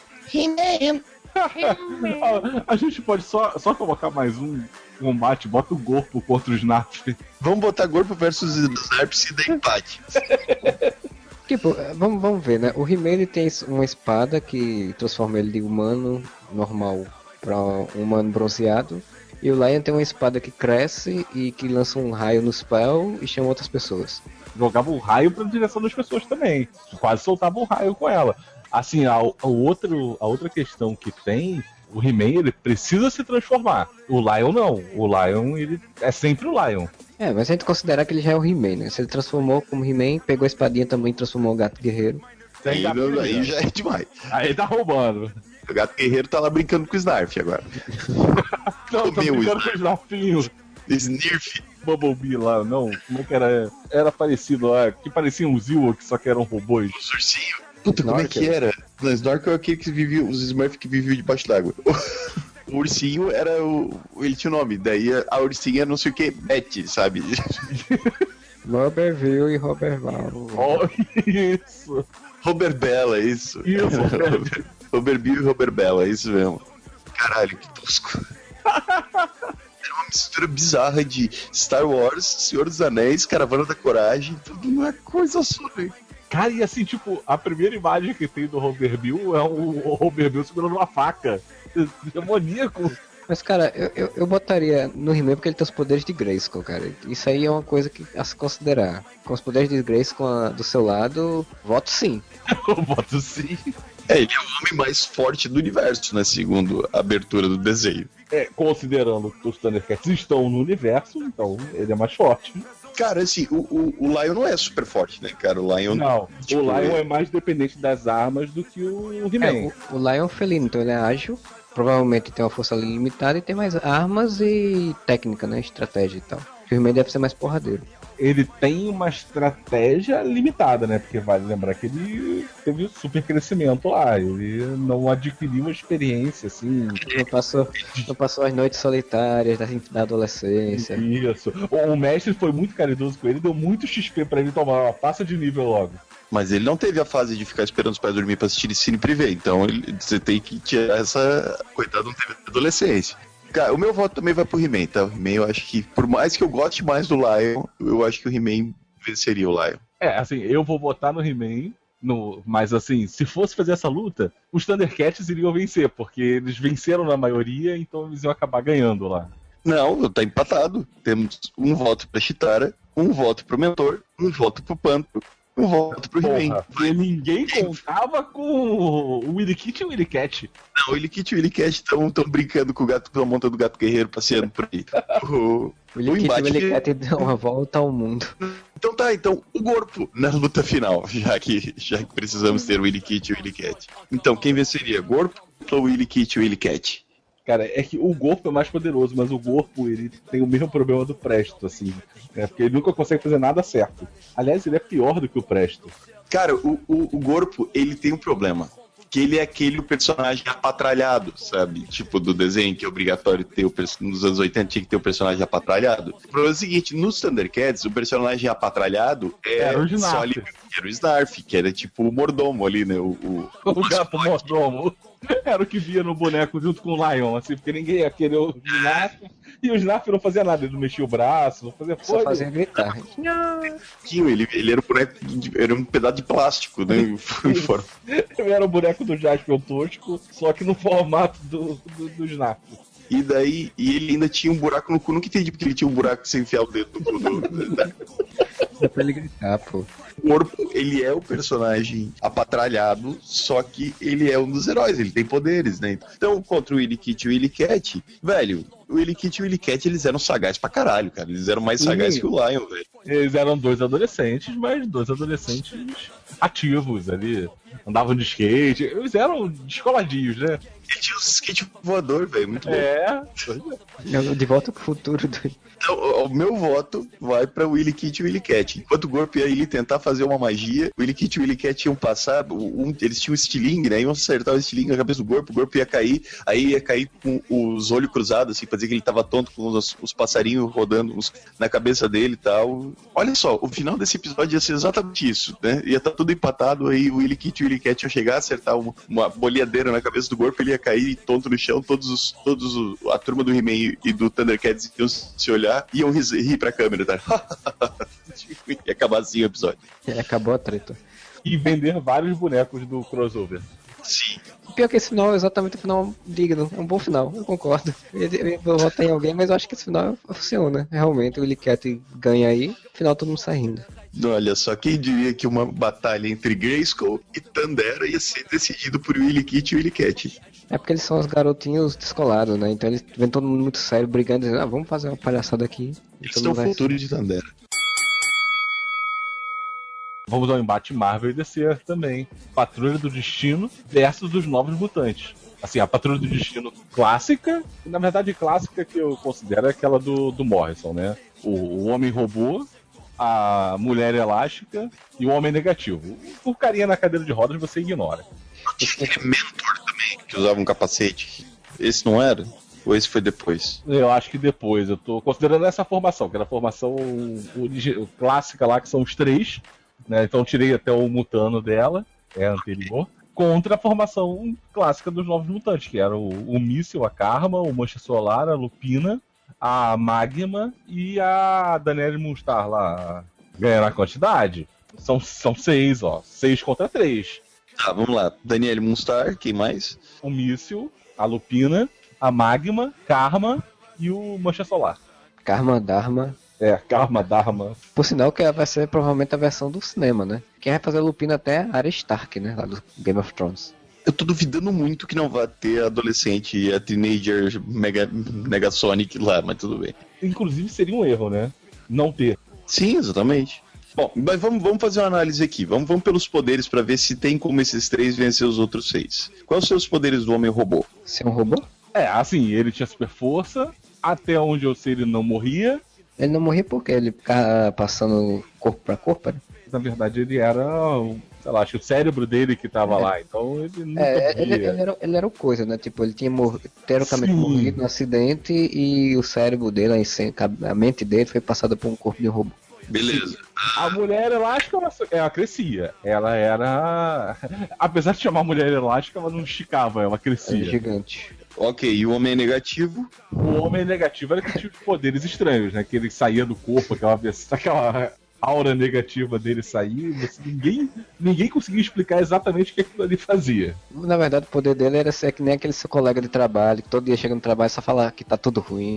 A, a gente pode só, só colocar mais um combate, bota o Gorpo contra o Snarf. Vamos botar Gorpo versus Snarp se der empate. Tipo, eh, vamos, vamos ver, né? O He-Man ele tem uma espada que transforma ele de humano normal para um humano bronzeado. E o Lion tem uma espada que cresce e que lança um raio no spell e chama outras pessoas. Jogava um raio pra direção das pessoas também. Quase soltava um raio com ela. Assim, a, a, outro, a outra questão que tem, o He-Man ele precisa se transformar. O Lion não. O Lion ele é sempre o Lion. É, mas a gente considerar que ele já é o He-Man, né? Se ele transformou como He-Man, pegou a espadinha também e transformou o gato guerreiro. Tem Aí, gato não- aí guerreiro. já é demais. Aí tá roubando. O gato guerreiro tá lá brincando com o Snarf agora. Não, tô Comeu brincando isso, com os Snarfinhos. Snirf. Bumblebee lá, não. Como é que era? Era parecido lá, que pareciam uns Ewoks, só que eram robôs. Os ursinhos. Puta, como é Snorkel. que era? Não, Snorkel é aquele que vivia, os Smurfs que viviam debaixo d'água. O ursinho era o. Ele tinha o nome, daí a, a ursinha não sei o que, Betty, sabe? Robertville e Robert Val. Ó, isso. Robert Bella, isso. Isso, Robert, Robert Bill e Robert Bella, isso mesmo. Caralho, que tosco. Era uma mistura bizarra de Star Wars, Senhor dos Anéis, Caravana da Coragem, tudo numa coisa só, né? Cara, e assim, tipo, a primeira imagem que tem do Robert Bill é o, o Robert Bill segurando uma faca. Demoníaco. Mas, cara, eu, eu, eu botaria no He-Man porque ele tem os poderes de Grayskull, cara. Isso aí é uma coisa que a se considerar. Com os poderes de Grayskull a- do seu lado, voto sim. Eu boto sim. É, ele é o homem mais forte do universo, né? Segundo a abertura do desenho. É, considerando que os Thundercats estão no universo, então ele é mais forte. Cara, assim, o, o, o Lion não é super forte, né, cara? O Lion. Não, tipo, o Lion é mais dependente das armas do que o É, He-Man. o, o Lion é um felino, então ele é ágil. Provavelmente tem uma força ali limitada e tem mais armas e técnica, né? Estratégia e tal. O He-Man deve ser mais porradeiro. Ele tem uma estratégia limitada, né? Porque vale lembrar que ele teve um super crescimento lá. Ele não adquiriu uma experiência, assim. Não passou, não passou as noites solitárias da, da adolescência. Isso. O mestre foi muito caridoso com ele, deu muito X P pra ele tomar uma passa de nível logo. Mas ele não teve a fase de ficar esperando os pais dormir pra assistir cine privê. Então ele- você tem que tirar essa. Coitado, não teve adolescência. Cara, o meu voto também vai pro He-Man, tá? O He-Man, eu acho que, por mais que eu goste mais do Lion, eu acho que o He-Man venceria o Lion. É, assim, eu vou votar no He-Man, no... mas assim, se fosse fazer essa luta, os Thundercats iriam vencer, porque eles venceram na maioria, então eles iam acabar ganhando lá. Não, tá empatado. Temos um voto pra Chitara, um voto pro Mentor, um voto pro Panto, um voto pro He-Man. Porque ninguém contava com o Willy Kit e o Willy Cat. Não, o Willy Kit e o Willy Cat estão brincando com o gato, estão montando o gato guerreiro, passeando por aí. O, O Willy Kit e o Willy Cat deu uma volta ao mundo. Então tá, então o Gorpo na luta final, já que, já que precisamos ter o Willy Kit e o Willy Cat. Então, quem venceria? Gorpo ou o Willy Kit e o Willy Cat? Cara, é que o Gorpo é mais poderoso, mas o Gorpo, ele tem o mesmo problema do Presto, assim. É, porque ele nunca consegue fazer nada certo. Aliás, ele é pior do que o Presto. Cara, o, o, o Gorpo, ele tem um problema. Que ele é aquele personagem apatralhado, sabe? Tipo, do desenho, que é obrigatório ter o nos anos oitenta tinha que ter o personagem apatralhado. O problema é o seguinte, nos Thundercats, o personagem apatralhado é era o só ali, era o Snarf, que era tipo o mordomo ali, né? O, o, o gato mordomo. Era o que via no boneco junto com o Lion, assim, porque ninguém ia querer o Snarf. E o Snarf não fazia nada, ele não mexia o braço, não fazia Só fazia gritar. Ele, ele era um boneco, era um pedaço de plástico, né? Ele era o boneco do Jaspion tosco, só que no formato do, do, do Snarf. E daí, e ele ainda tinha um buraco no cu, nunca entendi porque ele tinha um buraco sem enfiar o dedo no cu. No... Dá pra ele gritar, pô. O Gorpo, ele é o personagem apatralhado, só que ele é um dos heróis, ele tem poderes, né? Então, contra o Willy Kit e o Willy Cat, velho, o Willy Kit e o Willy Cat, eles eram sagazes pra caralho, cara. Eles eram mais sagazes Sim. que o Lion, velho. Eles eram dois adolescentes, mas dois adolescentes ativos ali. Andavam de skate, eles eram descoladinhos, né? Ele tinha um skate voador, velho, muito é. bom. É. De volta pro futuro. Do... Então, o meu voto vai pra Willy Kit e Willy Cat. Enquanto o Gorpo ia ele tentar fazer uma magia, o Willy Kit e o Willy Cat iam passar, um, eles tinham um estilingue, né? Iam acertar o estilingue na cabeça do Gorpo, o Gorpo ia cair, aí ia cair com os olhos cruzados, assim, pra dizer que ele tava tonto, com os, os passarinhos rodando os, na cabeça dele e tal. Olha só, o final desse episódio ia ser exatamente isso, né? Ia estar tá tudo empatado, aí o Willy Kit e o Willy Cat iam chegar, acertar uma, uma boleadeira na cabeça do Gorpo, ele ia cair tonto no chão, todos os, todos os, a turma do He-Man e do Thundercats iam se olhar e iam rir, rir pra câmera, tá? E acabar assim o episódio. É, acabou a treta. E vender vários bonecos do crossover. Sim. Pior que esse final é exatamente o final digno. É um bom final, eu concordo. Eu vou votar em alguém, mas eu acho que esse final funciona. Realmente, o Willy Cat ganha aí, no final todo mundo saindo. Olha só, quem diria que uma batalha entre Grayskull e Thundera ia ser decidido por Willy Kit e Willy Cat? É porque eles são os garotinhos descolados, né? Então eles vêm todo mundo muito sério, brigando, dizendo, ah, vamos fazer uma palhaçada aqui. Eles são o futuro de Thundera. Vamos ao embate Marvel e D C também. Patrulha do Destino versus os Novos Mutantes. Assim, a Patrulha do Destino clássica, e na verdade clássica que eu considero é aquela do, do Morrison, né? O, o Homem-Robô, a Mulher Elástica e o Homem Negativo. O carinha na cadeira de rodas você ignora. Tinha Mentor também, que usava um capacete. Esse não era? Ou esse foi depois? Eu acho que depois. Eu tô considerando essa formação, que era a formação origi- clássica lá, que são os três, né? Então tirei até o Mutano dela, é a anterior, contra a formação clássica dos Novos Mutantes, que era o, o Míssil, a Karma, o Mancha Solar, a Lupina, a Magma e a Danielle Moonstar lá, ganhando a quantidade. São, são seis, ó. Seis contra três. Tá, vamos lá. Danielle Moonstar, quem mais? O Míssil, a Lupina, a Magma, Karma e o Mancha Solar. Karma, Dharma. É, Karma, Dharma. Por sinal que vai ser provavelmente a versão do cinema, né? Quem vai fazer a Lupina até a Arya Stark, né? Lá do Game of Thrones. Eu tô duvidando muito que não vá ter a adolescente e a teenager mega, Negasonic lá, mas tudo bem. Inclusive seria um erro, né? Não ter. Sim, exatamente. Bom, mas vamos, vamos fazer uma análise aqui. Vamos, vamos pelos poderes pra ver se tem como esses três vencer os outros seis. Quais são os poderes do Homem-Robô? Ser um robô? É, assim, ele tinha super força, até onde eu sei ele não morria. Ele não morria porque ele ficava passando corpo pra corpo, né? Na verdade ele era, sei lá, acho que o cérebro dele que tava é. lá, então ele nunca é, morria. Ele, ele, era, ele era o coisa, né? Tipo, ele tinha mor- teoricamente Sim. morrido no acidente e o cérebro dele, a mente dele foi passada por um corpo de um robô. Beleza. A Mulher Elástica, ela, ela crescia. Ela era... Apesar de chamar Mulher Elástica, ela não esticava, ela crescia. É gigante. Ok, e o Homem Negativo? O Homem Negativo era que tinha poderes estranhos, né? Que ele saía do corpo, aquela, aquela aura negativa dele saía, você, ninguém, ninguém conseguia explicar exatamente o que aquilo ali fazia. Na verdade, o poder dele era ser que nem aquele seu colega de trabalho, que todo dia chega no trabalho e só fala que tá tudo ruim.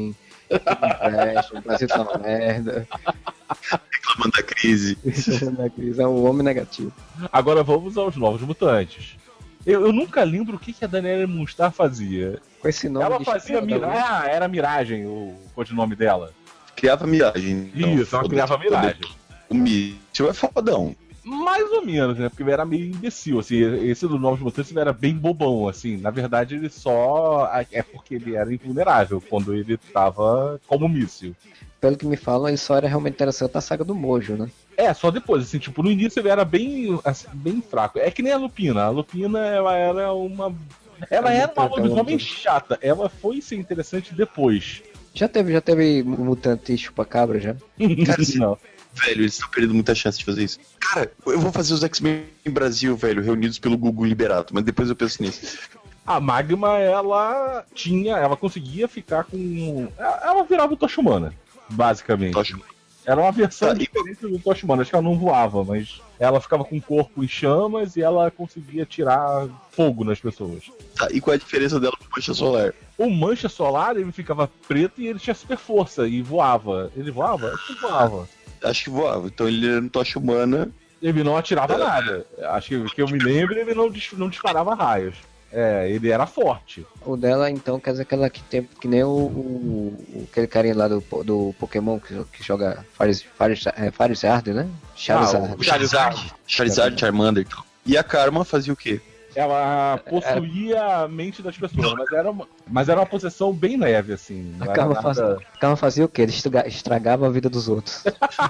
Investe, o Brasil tá uma merda. Reclamando da crise. Da crise, é um homem negativo. Agora vamos aos Novos Mutantes. Eu, eu nunca lembro o que, que a Daniela Moonstar fazia. Com esse nome Ela de fazia estrela, Miragem. né? Ah, era Miragem o codinome dela. Criava miragem. Então, Isso, ela criava Miragem. O míssil é fodão. Mais ou menos, né? Porque ele era meio imbecil, assim. Esse do Novos Mutantes ele era bem bobão, assim. Na verdade, ele só... É porque ele era invulnerável quando ele tava como míssil. Pelo que me falam, ele só era realmente interessante na saga do Mojo, né? É, só depois, assim, tipo, no início ele era bem, assim, bem fraco. É que nem a Lupina. A Lupina, ela era uma... Ela era uma lobisomem chata. Ela foi ser interessante depois. Já teve, já teve mutante chupa-cabra, já? Cara, se- Não. velho, eles estão perdendo muita chance de fazer isso. Cara, eu vou fazer os X-Men em Brasil, velho, reunidos pelo Gugu Liberato, mas depois eu penso nisso. A Magma, ela tinha... Ela conseguia ficar com... Ela virava o Tocha Humana, basicamente. Tocha Era uma versão Tá, e- diferente do Tocha Humana. Acho que ela não voava, mas ela ficava com o corpo em chamas e ela conseguia tirar fogo nas pessoas. Tá, e qual é a diferença dela pro Mancha Solar? O Mancha Solar, ele ficava preto e ele tinha super força e voava. Ele voava? Acho que voava. Acho que voava. Então ele era no Tocha Humana. Ele não atirava nada. Acho que que eu me lembro, ele não, dis- não disparava raios. É, ele era forte. O dela, então, quer dizer aquela que tem que nem o, o- o- aquele carinha lá do, do Pokémon que, que joga Fariz- Fariz- é, Farizard, né? Charizard. O Charizard. Charizard, Charmander e tal. E a Karma fazia o quê? Ela possuía a mente das pessoas, mas era uma, mas era uma possessão bem leve, assim. A Não era Karma, nada- fazia, a Karma fazia o quê? Ele estraga- estragava a vida dos outros.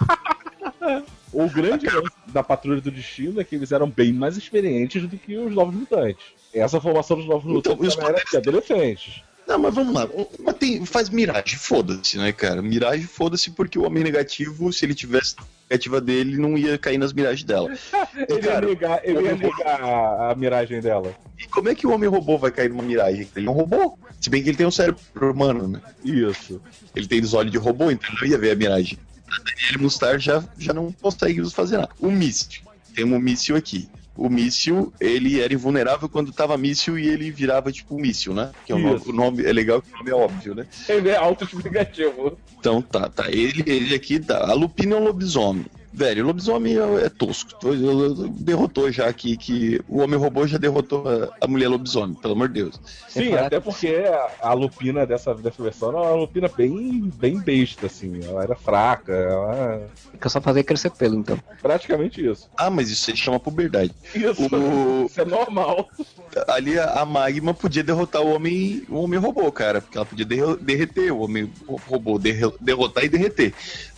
O grande lance da Patrulha do Destino é que eles eram bem mais experientes do que os Novos Mutantes. Essa formação dos Novos Então, Mutantes os também era de adolescentes. Não, mas vamos lá. Mas tem, faz Mirage, foda-se, né, cara? Mirage, foda-se porque o Homem Negativo, se ele tivesse a negativa dele, não ia cair nas miragens dela. Então, Ele ia cara, negar, ele ia negar a, a miragem dela. e como é que o Homem-Robô vai cair numa miragem? Ele é um robô. Se bem que ele tem um cérebro humano, né? Isso. Ele tem os olhos de robô, então ele não ia ver a miragem. A Danielle Mustar já, já não consegue fazer nada. O míssil. Tem um míssil aqui. O míssil, ele era invulnerável quando tava míssil e ele virava tipo um míssil, né? Que é o nome, Isso. o nome é legal, que o nome é óbvio, né? Ele é autoexplicativo. Então tá, tá. Ele, ele aqui tá. A Lupina é um lobisomem. Velho, o lobisomem é, é tosco. Eu- eu- eu- Derrotou já aqui que o Homem-Robô já derrotou a, a mulher lobisomem, pelo amor de Deus. Sim, falar até porque a, a Lupina dessa, dessa versão era uma Lupina bem, bem besta, assim. Ela era fraca, ela... Que eu só fazia crescer pelo, então. praticamente isso. Ah, mas isso se chama puberdade. Isso, O- isso é normal. Ali a, a Magma podia derrotar o homem, o homem robô, cara, porque ela podia derre- derreter o homem robô, derre- derrotar e derreter.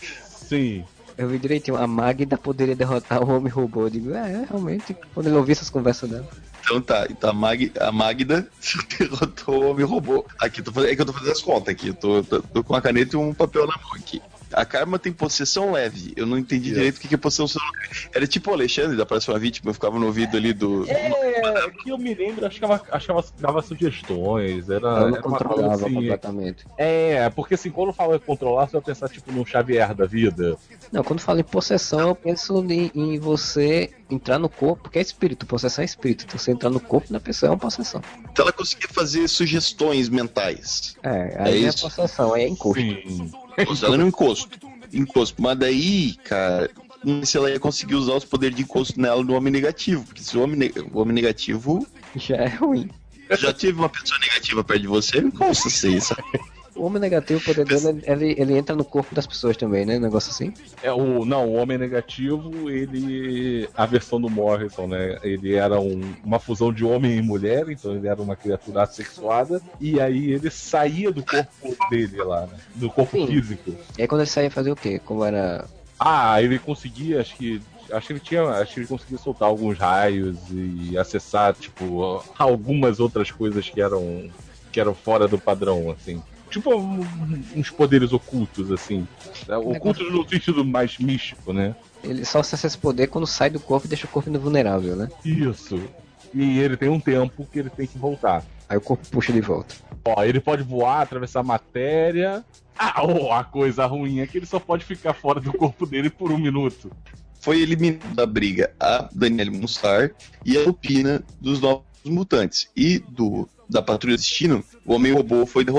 Sim. Eu vi direitinho, a Magda poderia derrotar o Homem-Robô. Eu digo, é, realmente, quando eu ouvi essas conversas dela. Então tá, então a, Mag, a Magda derrotou o homem robô. Aqui eu tô fazendo, é que eu tô fazendo as contas aqui, eu tô, tô, tô com uma caneta e um papel na mão aqui. A Karma tem possessão leve. Eu não entendi Yes. direito o que que é possessão leve. Era tipo o Alexandre da Próxima Vítima, eu ficava no ouvido ali do. É, que eu me lembro, acho que ela, acho que ela dava sugestões, era, Ela não era uma controlava coisa assim. completamente. É, porque assim, quando fala em controlar, você vai pensar tipo num Xavier da vida. Não, quando falo em possessão, eu penso em, em você entrar no corpo, porque é espírito, possessão é espírito. Então você entrar no corpo da pessoa é uma possessão. Então ela conseguia fazer sugestões mentais. É, aí É é, isso. possessão, aí é encosto. Sim. Ela era um encosto. Encosto. Mas daí, cara, não sei se ela ia conseguir usar os poderes de encosto nela no homem negativo. Porque se o homem, ne- o homem negativo Já é ruim. já teve uma pessoa negativa perto de você, não consta ser isso. O homem negativo, o poder dele, ele, ele entra no corpo das pessoas também, né? Um negócio assim. É, o, não, o Homem Negativo, ele. A versão do Morrison, né? Ele era um- uma fusão de homem e mulher, então ele era uma criatura assexuada. E aí ele saía do corpo dele lá, né? Do corpo Sim. físico. E aí quando ele saía fazer o quê? Como era. Ah, ele conseguia, acho que. Acho que ele tinha. Acho que ele conseguia soltar alguns raios e acessar, tipo, algumas outras coisas que eram. que eram fora do padrão, assim. Tipo um- uns poderes ocultos, assim. Ocultos no sentido mais místico, né? Ele só acessa esse poder quando sai do corpo e deixa o corpo invulnerável, né? Isso. E ele tem um tempo que ele tem que voltar. Aí o corpo puxa de volta. Ó, ele pode voar, atravessar a matéria. Ah, oh, a coisa ruim é que ele só pode ficar fora do corpo dele por um minuto. Foi eliminado da briga a Danielle Mustar e a Lupina dos Novos Mutantes. E do da Patrulha Destino, o Homem-Robô foi derrotado.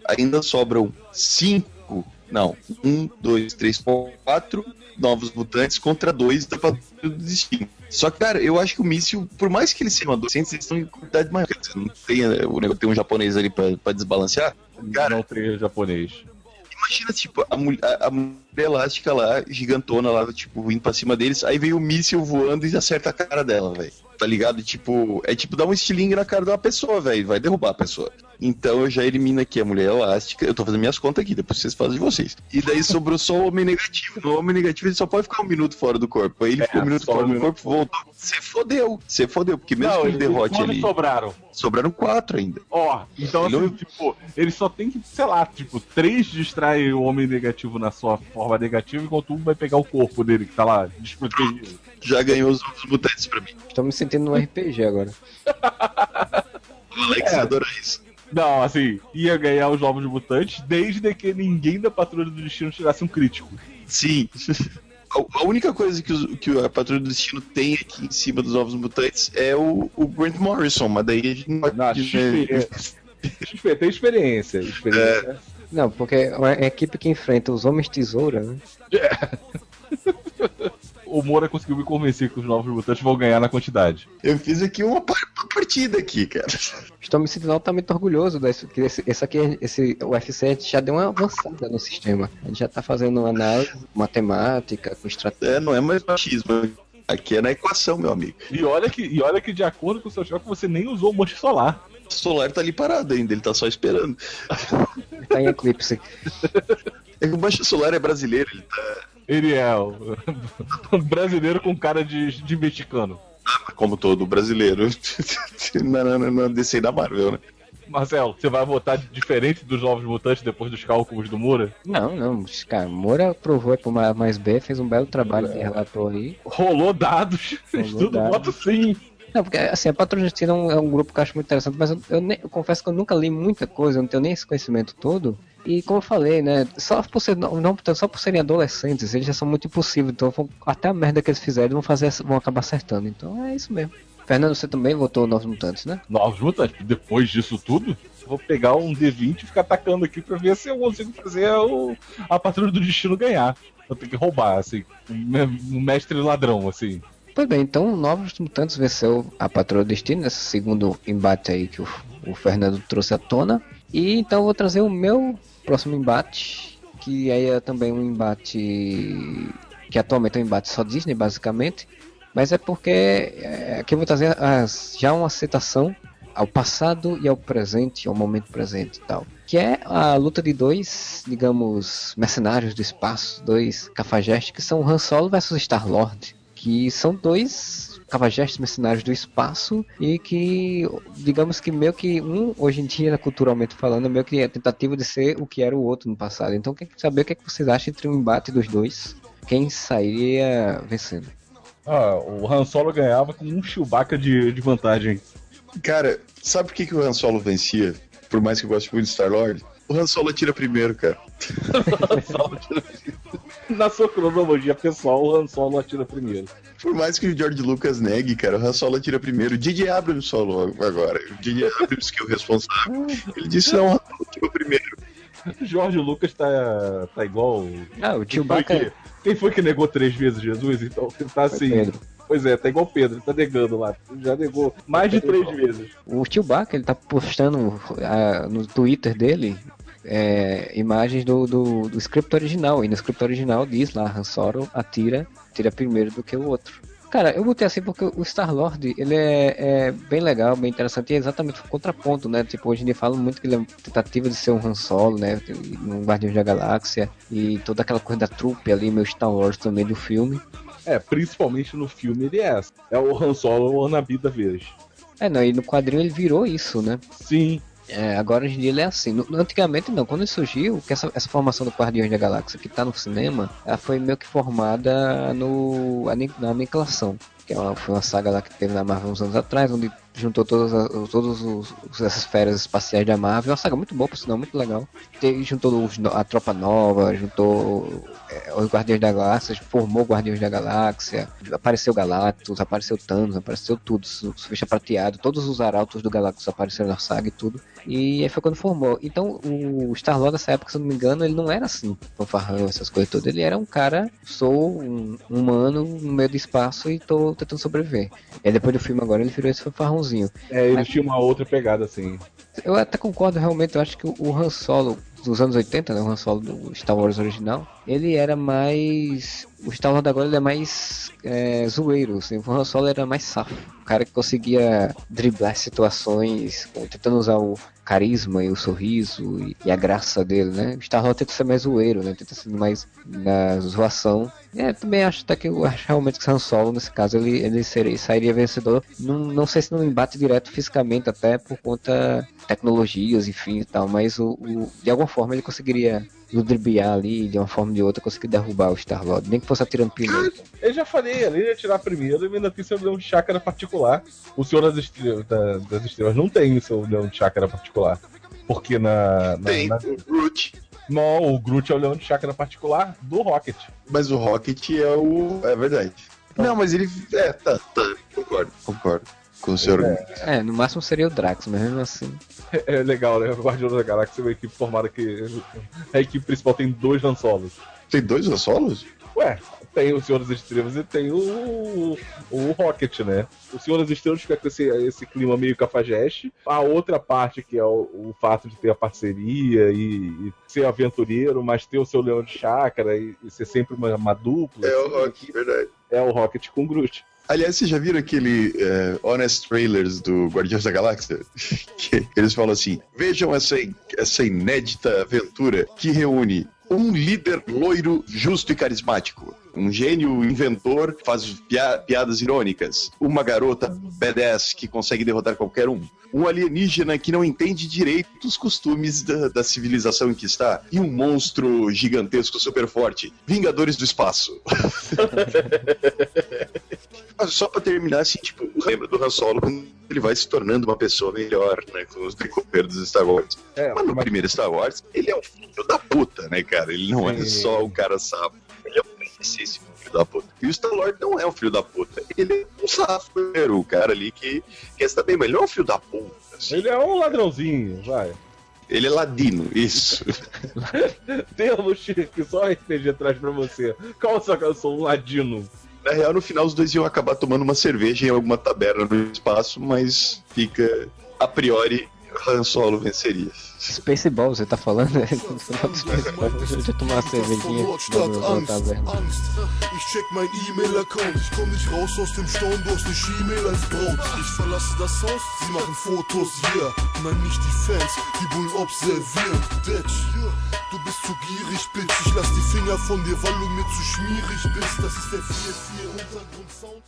ainda sobram cinco, não, um, dois, três, quatro novos mutantes contra dois da Patrulha do Destino. Só que, cara, eu acho que o míssil, por mais que eles sejam adolescentes, eles estão em quantidade maior. Não tem, o negócio tem um japonês ali pra, pra desbalancear. Cara, não tem japonês. Imagina, tipo, a mulher, a mulher elástica lá, gigantona lá, tipo, indo pra cima deles, aí vem o míssil voando e acerta a cara dela, velho. Tá ligado? Tipo, é tipo dar um estilingue na cara de uma pessoa, velho. Vai derrubar a pessoa. Então eu já elimino aqui a mulher elástica. Eu tô fazendo minhas contas aqui, depois vocês fazem de vocês. E daí sobrou só o homem negativo. No homem negativo ele só pode ficar um minuto fora do corpo. Aí ele É, ficou um minuto só fora um do minuto. corpo, voltou. Você fodeu. Você fodeu, porque mesmo Não, que ele eles- derrote quantos ali. sobraram? Sobraram quatro ainda. Ó, então Ele assim, não- tipo, ele só tem que, sei lá, tipo, três distraem o homem negativo na sua forma negativa, enquanto um vai pegar o corpo dele, que tá lá desprotegido. Já ganhou os novos mutantes pra mim. Estou me sentindo num R P G agora. O Alex É. adora isso. Não, assim, ia ganhar os novos mutantes desde que ninguém da Patrulha do Destino tirasse um crítico. Sim. A- A única coisa que, os- que a Patrulha do Destino tem aqui em cima dos Novos Mutantes é o, o Grant Morrison, mas daí a gente não pode Na dizer- X P, X P tem experiência. experiência. Não, porque é uma equipe que enfrenta os Homens Tesoura, né? O Moura conseguiu me convencer que os novos mutantes vão ganhar na quantidade. Eu fiz aqui uma, par- uma partida aqui, cara. Estou me sentindo altamente orgulhoso desse, que esse, esse aqui, esse U F C, a gente já deu uma avançada no sistema. A gente já tá fazendo análise matemática, com estratégia. É, não é mais machismo. Aqui é na equação, meu amigo. E olha que, e olha que de acordo com o seu choque, você nem usou o monte solar. O solar tá ali parado ainda, ele tá só esperando. Tá em eclipse. É que o Mancha Solar é brasileiro, ele tá. Ele é o brasileiro com cara de, de mexicano. Como todo brasileiro. na, na, na, na D C da Marvel, né? Marcelo, você vai votar diferente dos novos mutantes depois dos cálculos do Moura? Não, não, cara, Moura provou pro Ma- mais B, fez um belo trabalho de relator aí. Rolou dados, fez Rolou tudo, dados. voto sim. Não, porque assim, a Patrulha do Destino é um, é um grupo que eu acho muito interessante, mas eu, eu nem- eu confesso que eu nunca li muita coisa, eu não tenho nem esse conhecimento todo. E como eu falei, né, só por, ser, não, não- só por serem adolescentes, eles já são muito impossíveis, então vão- até a merda que eles fizerem vão, fazer, vão acabar acertando. Então é isso mesmo. Fernando, você também votou Novos Mutantes, né? Novos mutantes, depois disso tudo, vou pegar um D vinte e ficar atacando aqui pra ver se eu consigo fazer o, a Patrulha do Destino ganhar. Eu tenho que roubar, assim, um me- um mestre ladrão, assim. Pois bem, então Novos Mutantes venceu a Patrulha do Destino nesse segundo embate aí que o, o Fernando trouxe à tona. E então eu vou trazer o meu próximo embate, que aí é também um embate que atualmente é um embate só Disney, basicamente. Mas é porque é, aqui eu vou trazer as, já uma citação ao passado e ao presente, ao momento presente e tal. Que é a luta de dois, digamos, mercenários do espaço, dois cafajestes, que são Han Solo versus Star-Lord. Que são dois cafajestes mercenários do espaço e que, digamos que meio que um, hoje em dia, culturalmente falando, é meio que a tentativa de ser o que era o outro no passado. Então, quem saber o que, é que vocês acham entre o embate dos dois? Quem sairia vencendo? Ah, o Han Solo ganhava com um Chewbacca de, de vantagem. Cara, sabe por que, que o Han Solo vencia? Por mais que eu goste muito de Star-Lord? O Han Solo atira primeiro, cara. Na sua cronologia pessoal, o Han Solo atira primeiro. Por mais que o George Lucas negue, cara, o Han Solo atira primeiro. O J J Abrams falou agora. O J J Abrams que é o responsável. Ele disse, não, o Han Solo atirou primeiro. Jorge Lucas tá, tá igual. Ah, o Quem foi, Chewbacca que, quem foi que negou três vezes Jesus? Então ele tá foi assim. Pedro. Pois é, tá igual o Pedro, ele tá negando lá. Ele já negou mais de três vezes. O Chewbacca, ele tá postando ah, no Twitter dele é, imagens do, do, do script original. E no script original diz lá, Han Solo atira, atira primeiro do que o outro. Cara, eu botei assim porque o Star-Lord, ele é, é bem legal, bem interessante, e é exatamente o contraponto, né? Tipo, hoje em dia falam muito que ele é uma tentativa de ser um Han Solo, né? Um Guardiões da Galáxia, e toda aquela coisa da trupe ali, meio Star Wars também do filme. É, principalmente no filme ele é. É o Han Solo o Anabi da vez. É, não, e no quadrinho ele virou isso, né? Sim. É, agora hoje em dia ele é assim. No, antigamente não, quando ele surgiu, que essa, essa formação do Guardiões da Galáxia que tá no cinema, ela foi meio que formada no, na Aniquilação. Que é uma, foi uma saga lá que teve na Marvel uns anos atrás, onde juntou todas as, todos os, os- essas esferas espaciais da Marvel. Uma saga muito boa, por sinal, muito legal. Te- juntou os, a Tropa Nova, juntou é, os Guardiões da Galáxia, formou Guardiões da Galáxia, apareceu Galactus, apareceu Thanos, apareceu tudo, Su- Surfista Prateado, todos os arautos do Galactus apareceram na saga e tudo. E aí foi quando formou. Então o Star-Lord nessa época, se eu não me engano, ele não era assim, fanfarrão, essas coisas todas. Ele era um cara, sou um humano no meio do espaço e tô tentando sobreviver. E aí depois do filme agora ele virou esse fanfarrãozinho. É, ele Mas tinha uma outra pegada assim. eu até concordo, realmente, eu acho que o Han Solo dos anos oitenta, né, o Han Solo do Star Wars original, ele era mais... O Star Wars agora ele é mais é, zoeiro, assim. O Han Solo era mais safo. O cara que conseguia driblar situações, tentando usar o carisma e o sorriso e, e a graça dele, né? O Star Wars tenta ser mais zoeiro, né? Tenta ser mais na zoação. É, também acho até que eu acho realmente que o Han Solo, nesse caso, ele, ele seria, sairia vencedor. Não, não sei se não embate direto fisicamente, até por conta de tecnologias, enfim e tal, mas o, o, de alguma forma ele conseguiria ludibriar ali, de uma forma ou de outra, conseguir derrubar o Star-Lord, nem que fosse atirando pneu. Eu já falei, ele ia tirar primeiro e ainda tem seu leão de chácara particular. O Senhor das Estrelas, da, das Estrelas não tem o seu leão de chácara particular. Porque na. na Tem, na... o Groot. Não, o Groot é o leão de chácara particular do Rocket. Mas o Rocket é o... É verdade. Não, mas ele... É, tá, tá. Concordo, concordo. Com o senhor... É, É, no máximo seria o Drax, mas mesmo assim. é legal, né? O Guardião da Galáxia é uma equipe formada que... A equipe principal tem dois Han Solos. Tem dois Han Solos? Ué, tem o Senhor das Estrelas e tem o, o Rocket, né? O Senhor das Estrelas fica com esse, esse clima meio cafajeste. A outra parte, que é o, o fato de ter a parceria e, e ser aventureiro, mas ter o seu leão de chácara e, e ser sempre uma, uma dupla. É assim, o Rocket, verdade. É o Rocket com o Groot. Aliás, vocês já viram aquele é, Honest Trailers do Guardiões da Galáxia? Que eles falam assim, vejam essa, essa inédita aventura que reúne um líder loiro, justo e carismático. Um gênio inventor faz pia- piadas irônicas. Uma garota badass que consegue derrotar qualquer um. Um alienígena que não entende direito os costumes da, da civilização em que está. E um monstro gigantesco super forte. Vingadores do espaço. Mas só pra terminar, assim, tipo, lembra do Han Solo quando ele vai se tornando uma pessoa melhor, né, com os decorrer dos Star Wars. É, Mas no mas- primeiro Star Wars, ele é um filho da puta, né, cara? Ele não é Sim. só um cara safo. Ele é um exercício filho da puta. E o Star-Lord não é um filho da puta. Ele é um safo, o cara ali que quer estar bem, mas ele não é um filho da puta. assim. Ele é um ladrãozinho, vai. Ele é ladino, isso. Termos que só R P G traz pra você. Qual a sua canção? Um ladino. Na real, no final, os dois iam acabar tomando uma cerveja em alguma taberna no espaço, mas fica, a priori, Han Solo venceria. Spaceball, você tá falando? No final do Spaceball, deixa eu tomar uma cervejinha na taverna. Angst. Ich check mein E-Mail-Account. Ich komm nicht raus aus dem Sturm, du hast nicht E-Mail als Braut. Ich verlasse das Haus, sie machen Fotos, yeah. Nein, nicht die Fans, die wohl observieren. Ditch, du bist zu gierig, Bitch. Ich lass die Finger von dir, weil du mir zu schmierig bist. Das ist der vier vier Untergrundsound.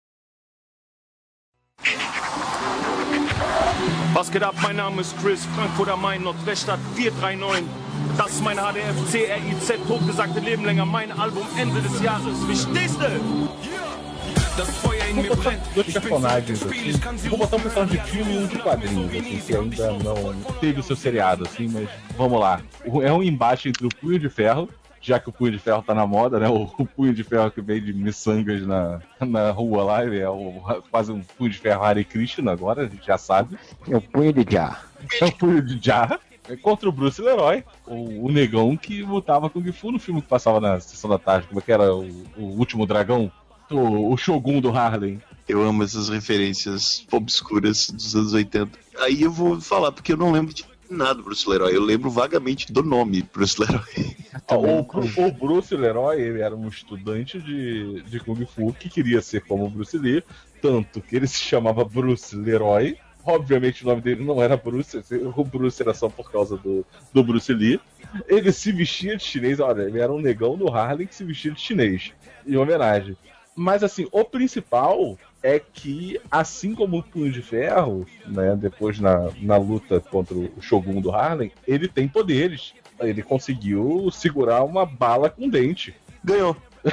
Was geht ab? Mein Name ist Chris, Frankfurt am Main, Nordweststadt vier drei neun. Das ist mein H D F C R I Z, totgesagte Leben länger, mein Album Ende des Jahres. Verstehst du? Das Feuer in mir Vou botar brennt. dois Ich bin personagens Spiel, ich kann assim. sie Vou botar um personagem de filme e um de quadrinhos, assim, que ainda não teve o seu seriado, assim, mas vamos lá. O- É um embate entre o Punho de Ferro, já que o Punho de Ferro tá na moda, né? O, o Punho de Ferro que vem de miçangas na, na rua lá, ele é o, quase um Punho de Ferro Hare Krishna agora, a gente já sabe. É o punho de Jar. É o Punho de Jar. É contra o Bruce Leroy, o, o negão que lutava com o Gifu no filme que passava na Sessão da Tarde, como é que era? O, o Último Dragão? O, o Shogun do Harlem. Eu amo essas referências obscuras dos anos oitenta. Aí eu vou falar, porque eu não lembro de nada do Bruce Leroy. Eu lembro vagamente do nome Bruce Leroy. O, o Bruce Leroy, ele era um estudante de, de Kung Fu que queria ser como o Bruce Lee, tanto que ele se chamava Bruce Leroy. Obviamente o nome dele não era Bruce, o Bruce era só por causa do, do Bruce Lee. Ele se vestia de chinês, olha, ele era um negão do Harlem que se vestia de chinês, em homenagem. Mas assim, o principal é que, assim como o Punho de Ferro, né, depois na, na luta contra o Shogun do Harlem, ele tem poderes. Ele conseguiu segurar uma bala com dente. Ganhou.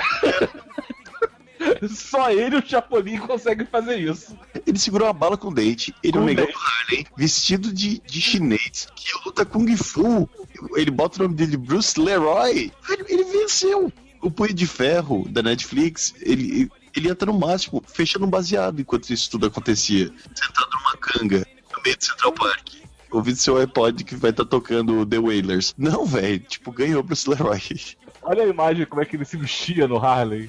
Só ele e o Chapolin conseguem fazer isso. Ele segurou a bala com dente. Ele é um Com negão dente. do Harlem, vestido de, de chinês, que luta Kung Fu. Ele bota o nome dele Bruce Leroy. Ele, ele venceu. O Punho de Ferro da Netflix, ele, ele ia estar no máximo fechando um baseado enquanto isso tudo acontecia. Sentado numa canga, no meio de Central Park. ouvindo seu iPod que vai estar tá tocando The Wailers. Não, velho, tipo, ganhou Bruce Leroy. Olha a imagem, como é que ele se vestia no Harley.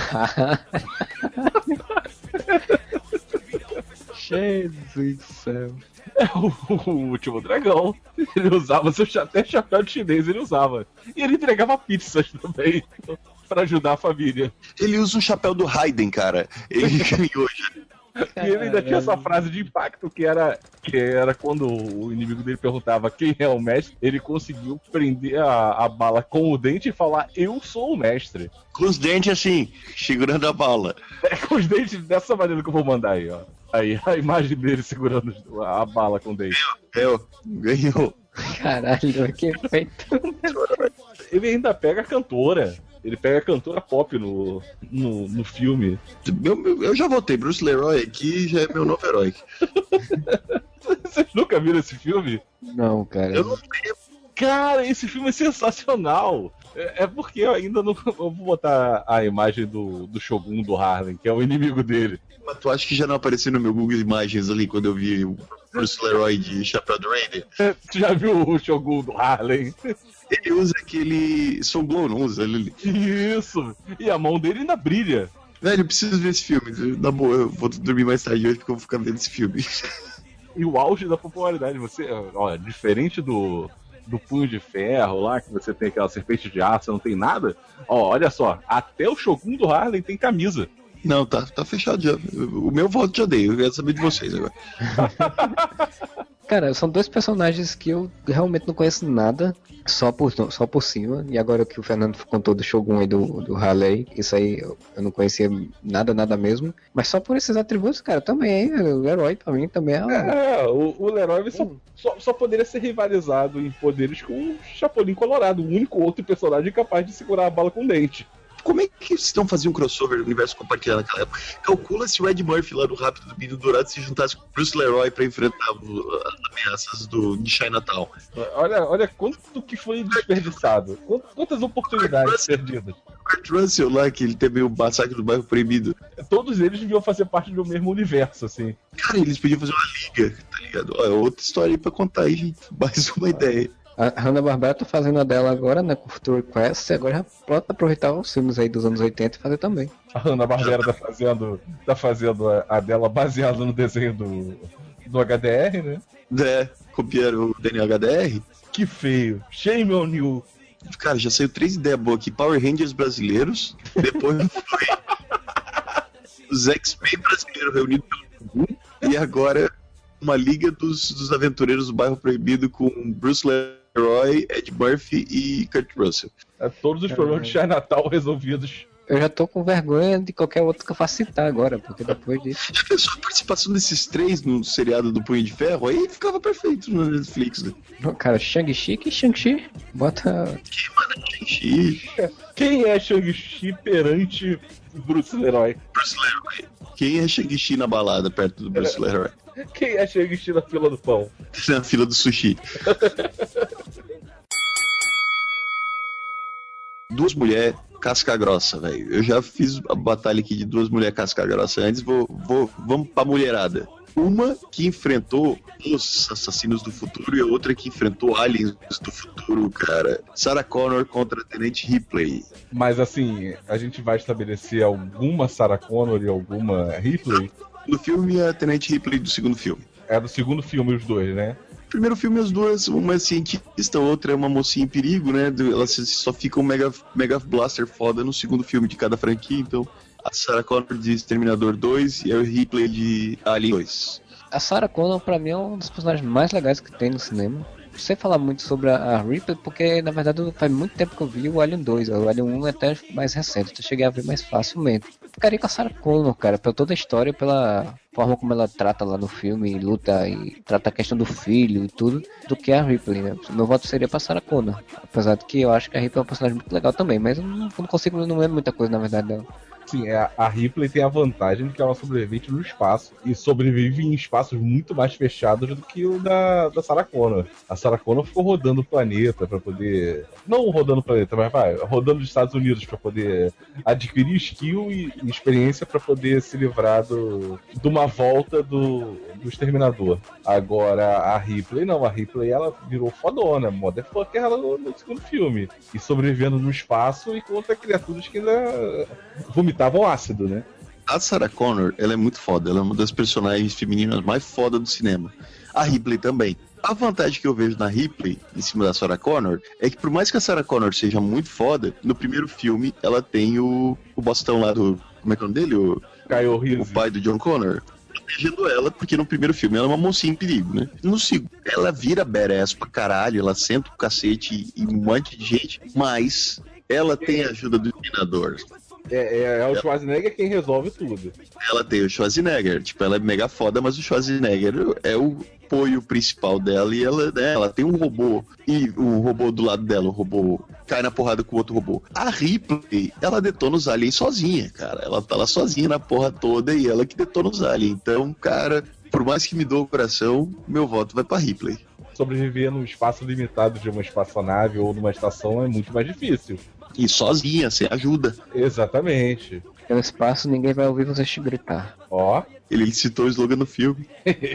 Jesus do céu. É o, o último dragão. Ele usava seu até chapéu de chinês, ele usava. E ele entregava pizzas também, pra ajudar a família. Ele usa um chapéu do Raiden, cara. Ele ganhou já. E ele ainda tinha essa frase de impacto que era, que era quando o inimigo dele perguntava quem é o mestre, ele conseguiu prender a, a bala com o dente e falar, eu sou o mestre. Com os dentes assim, segurando a bala. É com os dentes dessa maneira que eu vou mandar aí, ó. Aí a imagem dele segurando a bala com o dente. Eu, ganhou. Caralho, que feito. Ele ainda pega a cantora. Ele pega a cantora pop no, no, no filme. Eu, eu já votei, Bruce Leroy aqui já é meu novo herói. Vocês nunca viram esse filme? Não, cara. Eu não lembro. Cara, esse filme é sensacional. É, é porque eu ainda não eu vou botar a imagem do, do Shogun do Harlem, que é o inimigo dele. Mas tu acha que já não apareceu no meu Google Imagens ali quando eu vi o Bruce Leroy de Chapéu do Raiden? É, tu já viu o Shogun do Harlem? Ele usa aquele Soul Glow, não usa? Ele... Isso! E a mão dele ainda brilha. Velho, eu preciso ver esse filme. Na boa, eu vou dormir mais tarde hoje porque eu vou ficar vendo esse filme. E o auge da popularidade, você, olha, diferente do, do Punho de Ferro lá, que você tem aquela serpente de aço, não tem nada. Ó, olha só, até o Shogun do Harlem tem camisa. Não, tá, tá fechado já. O meu voto já dei, eu quero saber de vocês agora. Cara, são dois personagens que eu realmente não conheço nada, só por, só por cima. E agora que o Fernando contou do Shogun e do, do Harley, isso aí eu, eu não conhecia nada, nada mesmo. Mas só por esses atributos, cara, também, hein? O Leroy pra mim também é... É, o, o Leroy só, só, só poderia ser rivalizado em poderes com o Chapolin Colorado, o único outro personagem capaz de segurar a bala com dente. Como é que vocês estão fazendo um crossover do universo compartilhado naquela época? Calcula se o Ed Murphy lá do Rápido do Menino Dourado se juntasse com o Bruce Leroy pra enfrentar o, as ameaças do, de Chinatown. Olha, olha quanto que foi desperdiçado. Quantas oportunidades perdidas. O Kurt Russell lá, que ele teve o massacre do bairro proibido. Todos eles deviam fazer parte do mesmo universo, assim. Cara, eles podiam fazer uma liga, tá ligado? Ó, outra história aí pra contar aí, gente. Mais uma ideia. A Hanna-Barbera tá fazendo a dela agora, né, com o Future Quest, e agora já pode aproveitar os filmes aí dos anos oitenta e fazer também. A Hanna-Barbera tá fazendo, tá fazendo a, a dela baseada no desenho do, do H D R, né? É, copiaram o D N H D R. Que feio. Shame on you. Cara, já saiu três ideias boas aqui. Power Rangers brasileiros, depois foi os X-Men brasileiros reunidos pelo Google, e agora uma liga dos, dos aventureiros do bairro proibido com Bruce Leroy, Ed Murphy e Kurt Russell. É, todos os problemas de Chinatown resolvidos. Eu já tô com vergonha de qualquer outro que eu faça citar agora, porque depois disso... Já pensou a participação desses três no seriado do Punho de Ferro? Aí ficava perfeito no Netflix, né? Não, cara, Shang-Chi, que Shang-Chi? Bota... Que mano, Shang-Chi. Quem é Shang-Chi perante Bruce Leroy? Bruce Leroy. Quem é Shang-Chi na balada perto do Bruce Leroy? Quem é Shang-Chi na fila do pão? Na fila do sushi. Duas mulheres casca grossa, velho. Eu já fiz a batalha aqui de duas mulheres casca grossa antes, vou, vou, vamos pra mulherada. Uma que enfrentou os assassinos do futuro e a outra que enfrentou aliens do futuro, cara. Sarah Connor contra a Tenente Ripley. Mas assim, a gente vai estabelecer alguma Sarah Connor e alguma Ripley? No filme, a Tenente Ripley do segundo filme. É do segundo filme os dois, né? Primeiro filme, as duas, uma é cientista, outra é uma mocinha em perigo, né? Elas só ficam mega, mega blaster foda no segundo filme de cada franquia, então a Sarah Connor de Exterminador dois e a Ripley de Alien dois. A Sarah Connor, pra mim, é um dos personagens mais legais que tem no cinema. Não sei falar muito sobre a Ripley, porque na verdade faz muito tempo que eu vi o Alien dois. O Alien um é até mais recente, então eu cheguei a ver mais facilmente. Ficaria com a Sarah Connor, cara, pela toda a história, pela forma como ela trata lá no filme, e luta e trata a questão do filho e tudo, do que a Ripley, né? Meu voto seria pra Sarah Connor. Apesar de que eu acho que a Ripley é um personagem muito legal também, mas eu não, não consigo, não lembro muita coisa na verdade dela. Sim, é, a Ripley tem a vantagem de que ela sobrevive no espaço e sobrevive em espaços muito mais fechados do que o da, da Sarah Connor. A Sarah Connor ficou rodando o planeta pra poder... Não rodando o planeta, mas vai, rodando os Estados Unidos pra poder adquirir skill e, e experiência pra poder se livrar do, de uma volta do, do Exterminador. Agora, a Ripley não, a Ripley ela virou fodona, motherfucker ela no, no segundo filme. E sobrevivendo no espaço e contra criaturas que ainda vomitavam ácido, né? A Sarah Connor, ela é muito foda, ela é uma das personagens femininas mais foda do cinema. A Ripley também. A vantagem que eu vejo na Ripley, em cima da Sarah Connor, é que por mais que a Sarah Connor seja muito foda, no primeiro filme ela tem o, o bostão lá do... Como é que é o nome dele? O, Kyle o pai do John Connor. Protegendo ela, porque no primeiro filme ela é uma mocinha em perigo, né? No segundo, ela vira badass pra caralho, ela senta o cacete e um monte de gente, mas ela tem a ajuda do Exterminador. É, é, é o Schwarzenegger quem resolve tudo. Ela tem o Schwarzenegger, tipo, ela é mega foda, mas o Schwarzenegger é o apoio principal dela e ela, né, ela tem um robô e o robô do lado dela, o robô cai na porrada com o outro robô. A Ripley, ela detona os aliens sozinha, cara. Ela tá lá sozinha na porra toda e ela que detona os aliens. Então, cara, por mais que me doa o coração, meu voto vai pra Ripley. Sobreviver num espaço limitado de uma espaçonave ou numa estação é muito mais difícil. E sozinha, sem ajuda. Exatamente. Pelo espaço, ninguém vai ouvir você te gritar. Ó. Ele citou o slogan no filme.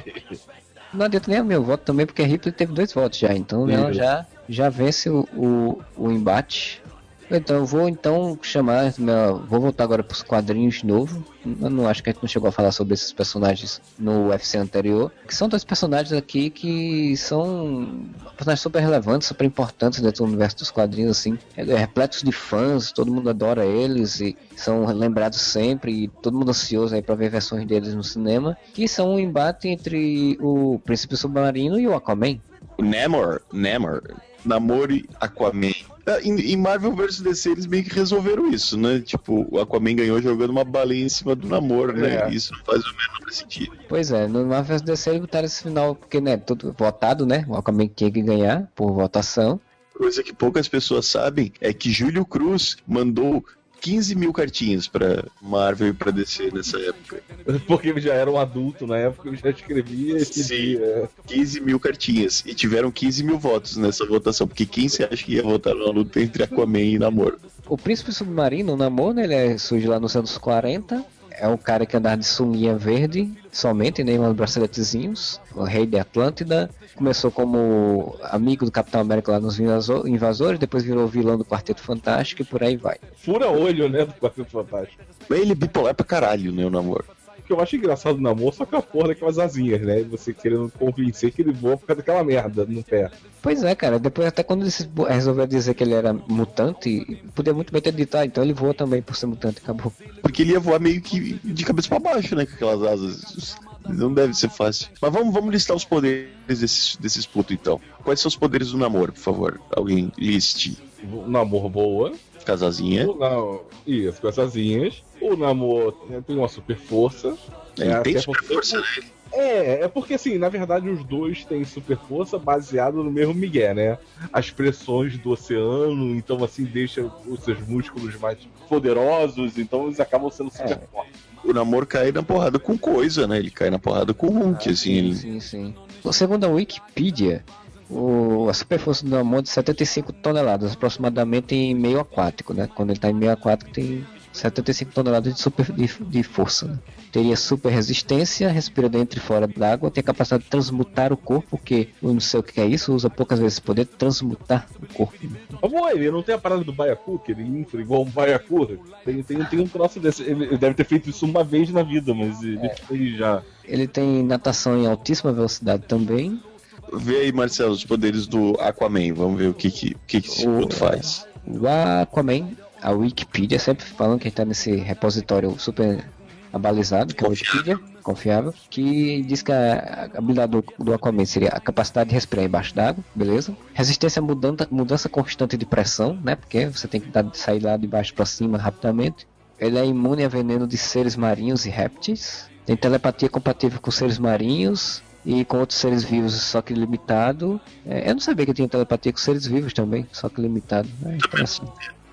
Não adianta nem o meu voto também, porque a Ripley teve dois votos já. Então Sim. ela já, já vence o, o, o embate. Então eu vou então chamar, meu, vou voltar agora para os quadrinhos de novo. Eu não acho que a gente não chegou a falar sobre esses personagens no U F C anterior, que são dois personagens aqui que são personagens super relevantes, super importantes dentro do universo dos quadrinhos, assim, é, repletos de fãs, todo mundo adora eles e são lembrados sempre e todo mundo ansioso aí para ver versões deles no cinema, que são um embate entre o Príncipe Submarino e o Aquaman. O Namor, Namor, Namor e Aquaman. Em, em Marvel versus D C eles meio que resolveram isso, né? Tipo, o Aquaman ganhou jogando uma baleia em cima do Namor, né? É. Isso não faz o menor sentido. Pois é, no Marvel versus D C eles botaram esse final, porque, né, tudo votado, né? O Aquaman tinha que ganhar por votação. Coisa que poucas pessoas sabem é que Júlio Cruz mandou quinze mil cartinhas pra Marvel e pra D C nessa época. Porque ele já era um adulto na época, ele já escrevia e escrevia. quinze mil cartinhas. E tiveram quinze mil votos nessa votação. Porque quem você acha que ia votar na luta entre Aquaman e Namor? O Príncipe Submarino, o Namor, né, ele é, surge lá nos anos quarenta. É um cara que andava de sunguinha verde, somente, nem uns braceletezinhos. O rei de Atlântida. Começou como amigo do Capitão América lá nos Invasores, depois virou vilão do Quarteto Fantástico e por aí vai. Fura olho, né, do Quarteto Fantástico. Ele é bipolar pra caralho, né, o Namor? O que eu acho engraçado no Namor só que a porra daquelas asinhas, né? Você querendo convencer que ele voa por causa daquela merda no pé. Pois é, cara, depois até quando ele resolveu dizer que ele era mutante, podia muito bem ter dito, ah, então ele voa também por ser mutante, acabou. Porque ele ia voar meio que de cabeça pra baixo, né, com aquelas asas. Não deve ser fácil. Mas vamos, vamos listar os poderes desses, desses putos, então. Quais são os poderes do Namor, por favor? Alguém liste. O Namor voa. Casazinha. O Namor... Isso, com essas asinhas. O Namor tem uma super força. Ele é, tem super super força, né? É, é porque assim, na verdade os dois têm super força baseado no mesmo migué, né? As pressões do oceano, então assim, deixa os seus músculos mais poderosos, então eles acabam sendo super É. fortes. O Namor cai na porrada com coisa, né? Ele cai na porrada com o Hulk, Ah, assim. sim, Ele... sim, sim. Segundo a Wikipedia, o, a superforça do Namor é de setenta e cinco toneladas, aproximadamente em meio aquático, né? Quando ele tá em meio aquático tem setenta e cinco toneladas de, super, de, de força, né? Teria super resistência, respira dentro e fora d'água, tem a capacidade de transmutar o corpo, porque eu não sei o que é isso, usa poucas vezes esse poder de transmutar o corpo. Mas, pô, ele não tem a parada do Baiacu, que ele infla igual um Baiacu. Tem, tem, tem um troço desse. Ele, ele deve ter feito isso uma vez na vida, mas ele É. fez já. Ele tem natação em altíssima velocidade também. Vê aí, Marcelo, os poderes do Aquaman. Vamos ver o que, que, o que, que esse O- puto faz. O Aquaman, a Wikipedia, sempre falando que a gente tá nesse repositório super abalizado, que é a Wikipedia, confiável, que diz que a, a habilidade do, do Aquaman seria a capacidade de respirar embaixo d'água, beleza? Resistência a mudança, mudança constante de pressão, né? Porque você tem que dar, sair lá de baixo para cima rapidamente. Ele é imune a veneno de seres marinhos e répteis. Tem telepatia compatível com seres marinhos e com outros seres vivos, só que limitado. É, eu não sabia que tinha telepatia com seres vivos também, só que limitado. É interessante.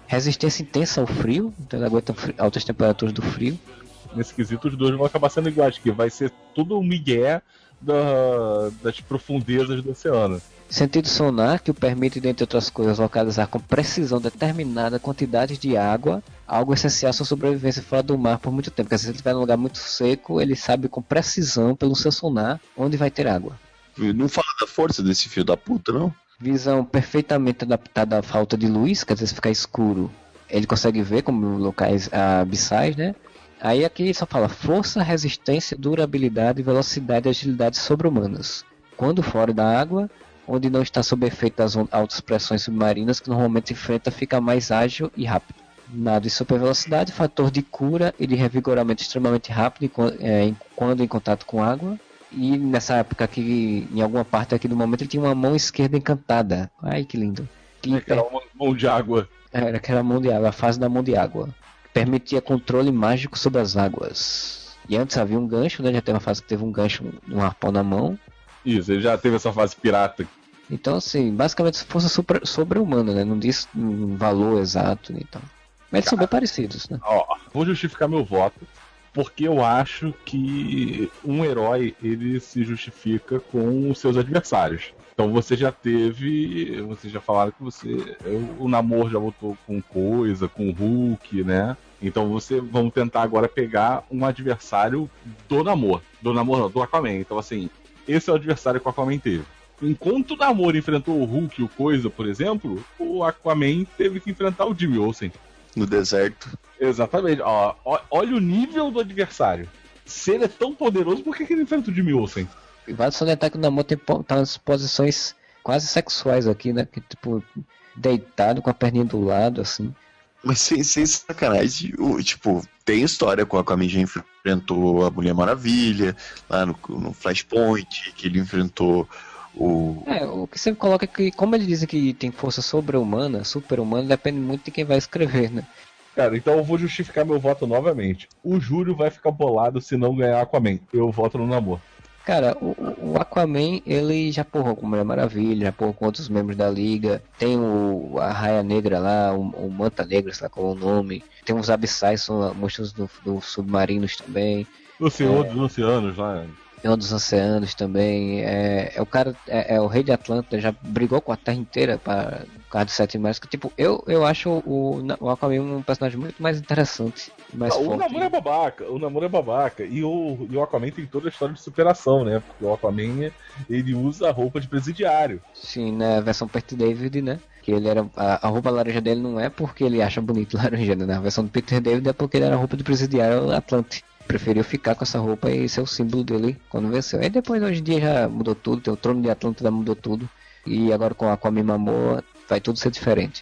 Resistência intensa ao frio, então ele aguenta frio, altas temperaturas do frio. Nesse quesito, os dois vão acabar sendo iguais, que vai ser tudo um migué da, das profundezas do oceano. Sentido sonar, que o permite, dentre outras coisas, localizar com precisão determinada quantidades de água, algo essencial à sua sobrevivência fora do mar por muito tempo. Porque se ele estiver num lugar muito seco, ele sabe com precisão, pelo seu sonar, onde vai ter água. Não fala da força desse filho da puta, não? Visão perfeitamente adaptada à falta de luz, quer dizer, se ficar escuro, ele consegue ver como locais abissais, né? Aí aqui só fala força, resistência, durabilidade, velocidade e agilidade sobre-humanas. Quando fora da água, onde não está sob efeito das altas pressões submarinas que normalmente enfrenta, fica mais ágil e rápido. Nado e super velocidade, fator de cura e de revigoramento extremamente rápido é, quando em contato com água. E nessa época aqui, em alguma parte aqui do momento, ele tinha uma mão esquerda encantada. Ai, que lindo. Que Era uma mão de água. Era aquela mão de água, a fase da mão de água. Permitia controle mágico sobre as águas. E antes havia um gancho, né? Já teve uma fase que teve um gancho, um arpão na mão. Isso, ele já teve essa fase pirata. Então, assim, basicamente força sobre-humana, né? Não diz um valor exato, né? Então. Mas eles são bem parecidos, né? Ó, vou justificar meu voto, porque eu acho que um herói, ele se justifica com os seus adversários. Então você já teve, vocês já falaram que você, o Namor já votou com coisa, com Hulk, né? Então você, vamos tentar agora pegar um adversário do Namor, do Namor não, do Aquaman. Então assim, esse é o adversário que o Aquaman teve. Enquanto o Namor enfrentou o Hulk e o Coisa, por exemplo, o Aquaman teve que enfrentar o Jimmy Olsen. No deserto. Exatamente. Ó, ó, olha o nível do adversário. Se ele é tão poderoso, por que, que ele enfrenta o Jimmy Olsen? E vale salientar que o Namor tem tá nas posições quase sexuais aqui, né? Que tipo, deitado com a perninha do lado, assim. Mas sem, sem sacanagem, o, tipo, tem história com a Aquaman já enfrentou a Mulher Maravilha, lá no, no Flashpoint, que ele enfrentou o... É, o que sempre coloca é que, como ele diz que tem força sobre-humana, super-humana, depende muito de quem vai escrever, né? Cara, então eu vou justificar meu voto novamente. O Júlio vai ficar bolado se não ganhar Aquaman. Eu voto no Namor. Cara, o, o Aquaman, ele já porrou com Mulher Maravilha, já porrou com outros membros da Liga. Tem o, a Raia Negra lá, o, o Manta Negra, sei lá qual é o nome. Tem os Abissais, são monstros do, do submarinos também. O Senhor é... dos Oceanos lá. Senhor dos Oceanos também. É, é o cara, é, é o rei de Atlântida, já brigou com a Terra inteira para o cara dos Sete Mares. Que, tipo, eu, eu acho o, o Aquaman um personagem muito mais interessante. Mais ah, forte. O Namor é babaca, o Namor é babaca. E o, e o Aquaman tem toda a história de superação, né? Porque o Aquaman, ele usa a roupa de presidiário. Sim, na versão Peter David, né? Que ele era. A, a roupa laranja dele não é porque ele acha bonito laranja, né? Na versão do Peter David é porque ele era a roupa de presidiário Atlante. Preferiu ficar com essa roupa e ser o símbolo dele quando venceu. Aí depois, hoje em dia, já mudou tudo. Tem o trono de Atlântida, mudou tudo. E agora com o Aquaman Mamor, vai tudo ser diferente.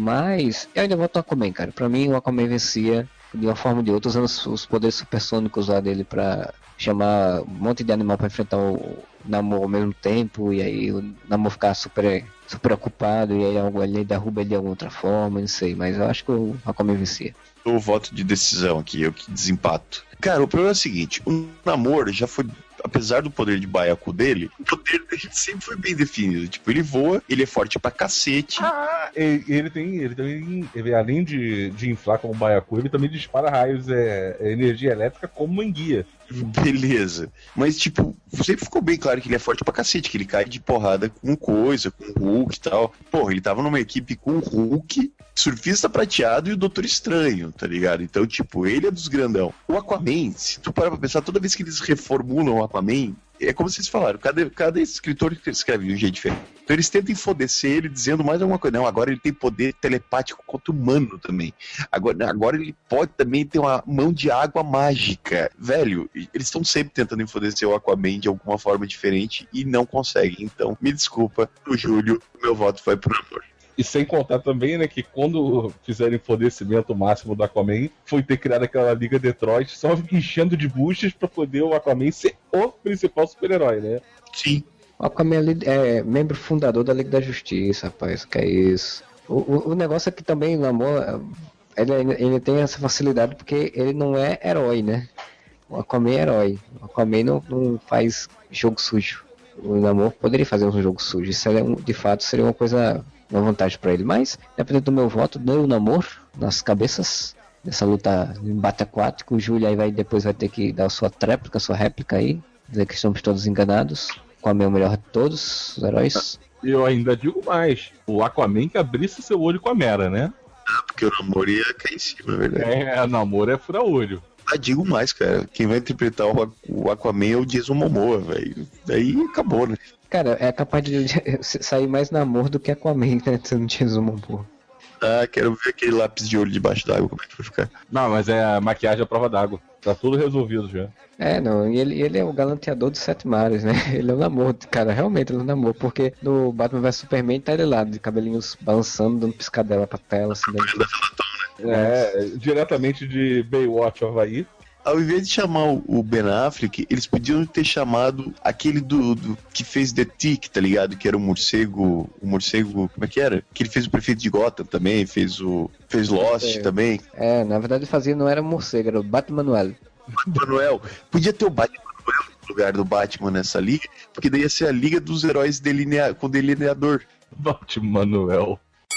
Mas eu ainda voto no Aquaman, cara. Pra mim, o Aquaman vencia de uma forma ou de outra, usando os poderes supersônicos lá dele pra chamar um monte de animal pra enfrentar o Namor ao mesmo tempo. E aí o Namor ficar super, super ocupado. E aí ele derruba ele de alguma outra forma, não sei. Mas eu acho que o Aquaman vencia. O voto de decisão aqui, eu que desempato. Cara, o problema é o seguinte, o Namor já foi, apesar do poder de baiacu dele, o poder dele sempre foi bem definido. Tipo, ele voa, ele é forte pra cacete. Ah, ele, ele tem, ele também, ele, além de, de inflar como baiacu, ele também dispara raios, é, é energia elétrica como manguia. Beleza. Mas, tipo, sempre ficou bem claro que ele é forte pra cacete, que ele cai de porrada com coisa, com Hulk e tal. Porra, ele tava numa equipe com o Hulk, Surfista Prateado e o Doutor Estranho, tá ligado? Então, tipo, ele é dos grandão. O Aquaman, se tu parar pra pensar, toda vez que eles reformulam o Aquaman, é como vocês falaram, cada, cada escritor escreve de um jeito diferente. Então eles tentam enfodecer ele dizendo mais alguma coisa. Não, agora ele tem poder telepático quanto humano também. Agora, agora ele pode também ter uma mão de água mágica. Velho, eles estão sempre tentando enfodecer o Aquaman de alguma forma diferente e não conseguem. Então, me desculpa, o Júlio, meu voto foi pro Namor. E sem contar também, né, que quando fizeram enfurecimento máximo do Aquaman, foi ter criado aquela Liga Detroit só enchendo de buchas pra poder o Aquaman ser o principal super-herói, né? Sim. O Aquaman é membro fundador da Liga da Justiça, rapaz, que é isso. O, o, o negócio é que também o Namor, ele, ele tem essa facilidade porque ele não é herói, né? O Aquaman é herói. O Aquaman não, não faz jogo sujo. o Namor poderia fazer um jogo sujo. Isso é um, de fato seria uma coisa, uma vantagem pra ele. Mas, dependendo do meu voto, deu o Namor nas cabeças dessa luta de embate aquático. O Júlio aí vai, depois vai ter que dar a sua tréplica, a sua réplica aí, dizer que estamos todos enganados. Aquaman é o melhor de todos os heróis. Eu ainda digo mais, o Aquaman que abrisse seu olho com a Mera, né? Ah, porque o Namor ia cair em cima, é verdade. É, Namor é fura-olho. Ah, digo mais, cara. Quem vai interpretar o, o Aquaman é o Jason Momoa, velho. Daí acabou, né? Cara, é capaz de sair mais Namor do que Aquaman, né? Se não tinha Zuma, porra. Ah, quero ver aquele lápis de olho debaixo d'água, como é que vai ficar. Não, mas é a maquiagem à prova d'água. Tá tudo resolvido já. É, não, e ele, ele é o galanteador dos sete mares, né? Ele é o Namor, cara, realmente ele é o Namor, porque no Batman versus Superman tá ele lá, de cabelinhos balançando, dando piscadela pra tela, assim, dentro. É, diretamente de Baywatch, Havaí. Ao invés de chamar o Ben Affleck, eles podiam ter chamado aquele do, do que fez The Tick, tá ligado? Que era o morcego, o morcego, como é que era? Que ele fez o prefeito de Gotham também, fez o fez Lost é, também. É, na verdade ele fazia, não era morcego, era o Batmanuel. Batmanuel. Podia ter o Batmanuel no lugar do Batman nessa liga, porque daí ia ser a liga dos heróis delinea... com delineador. Batmanuel.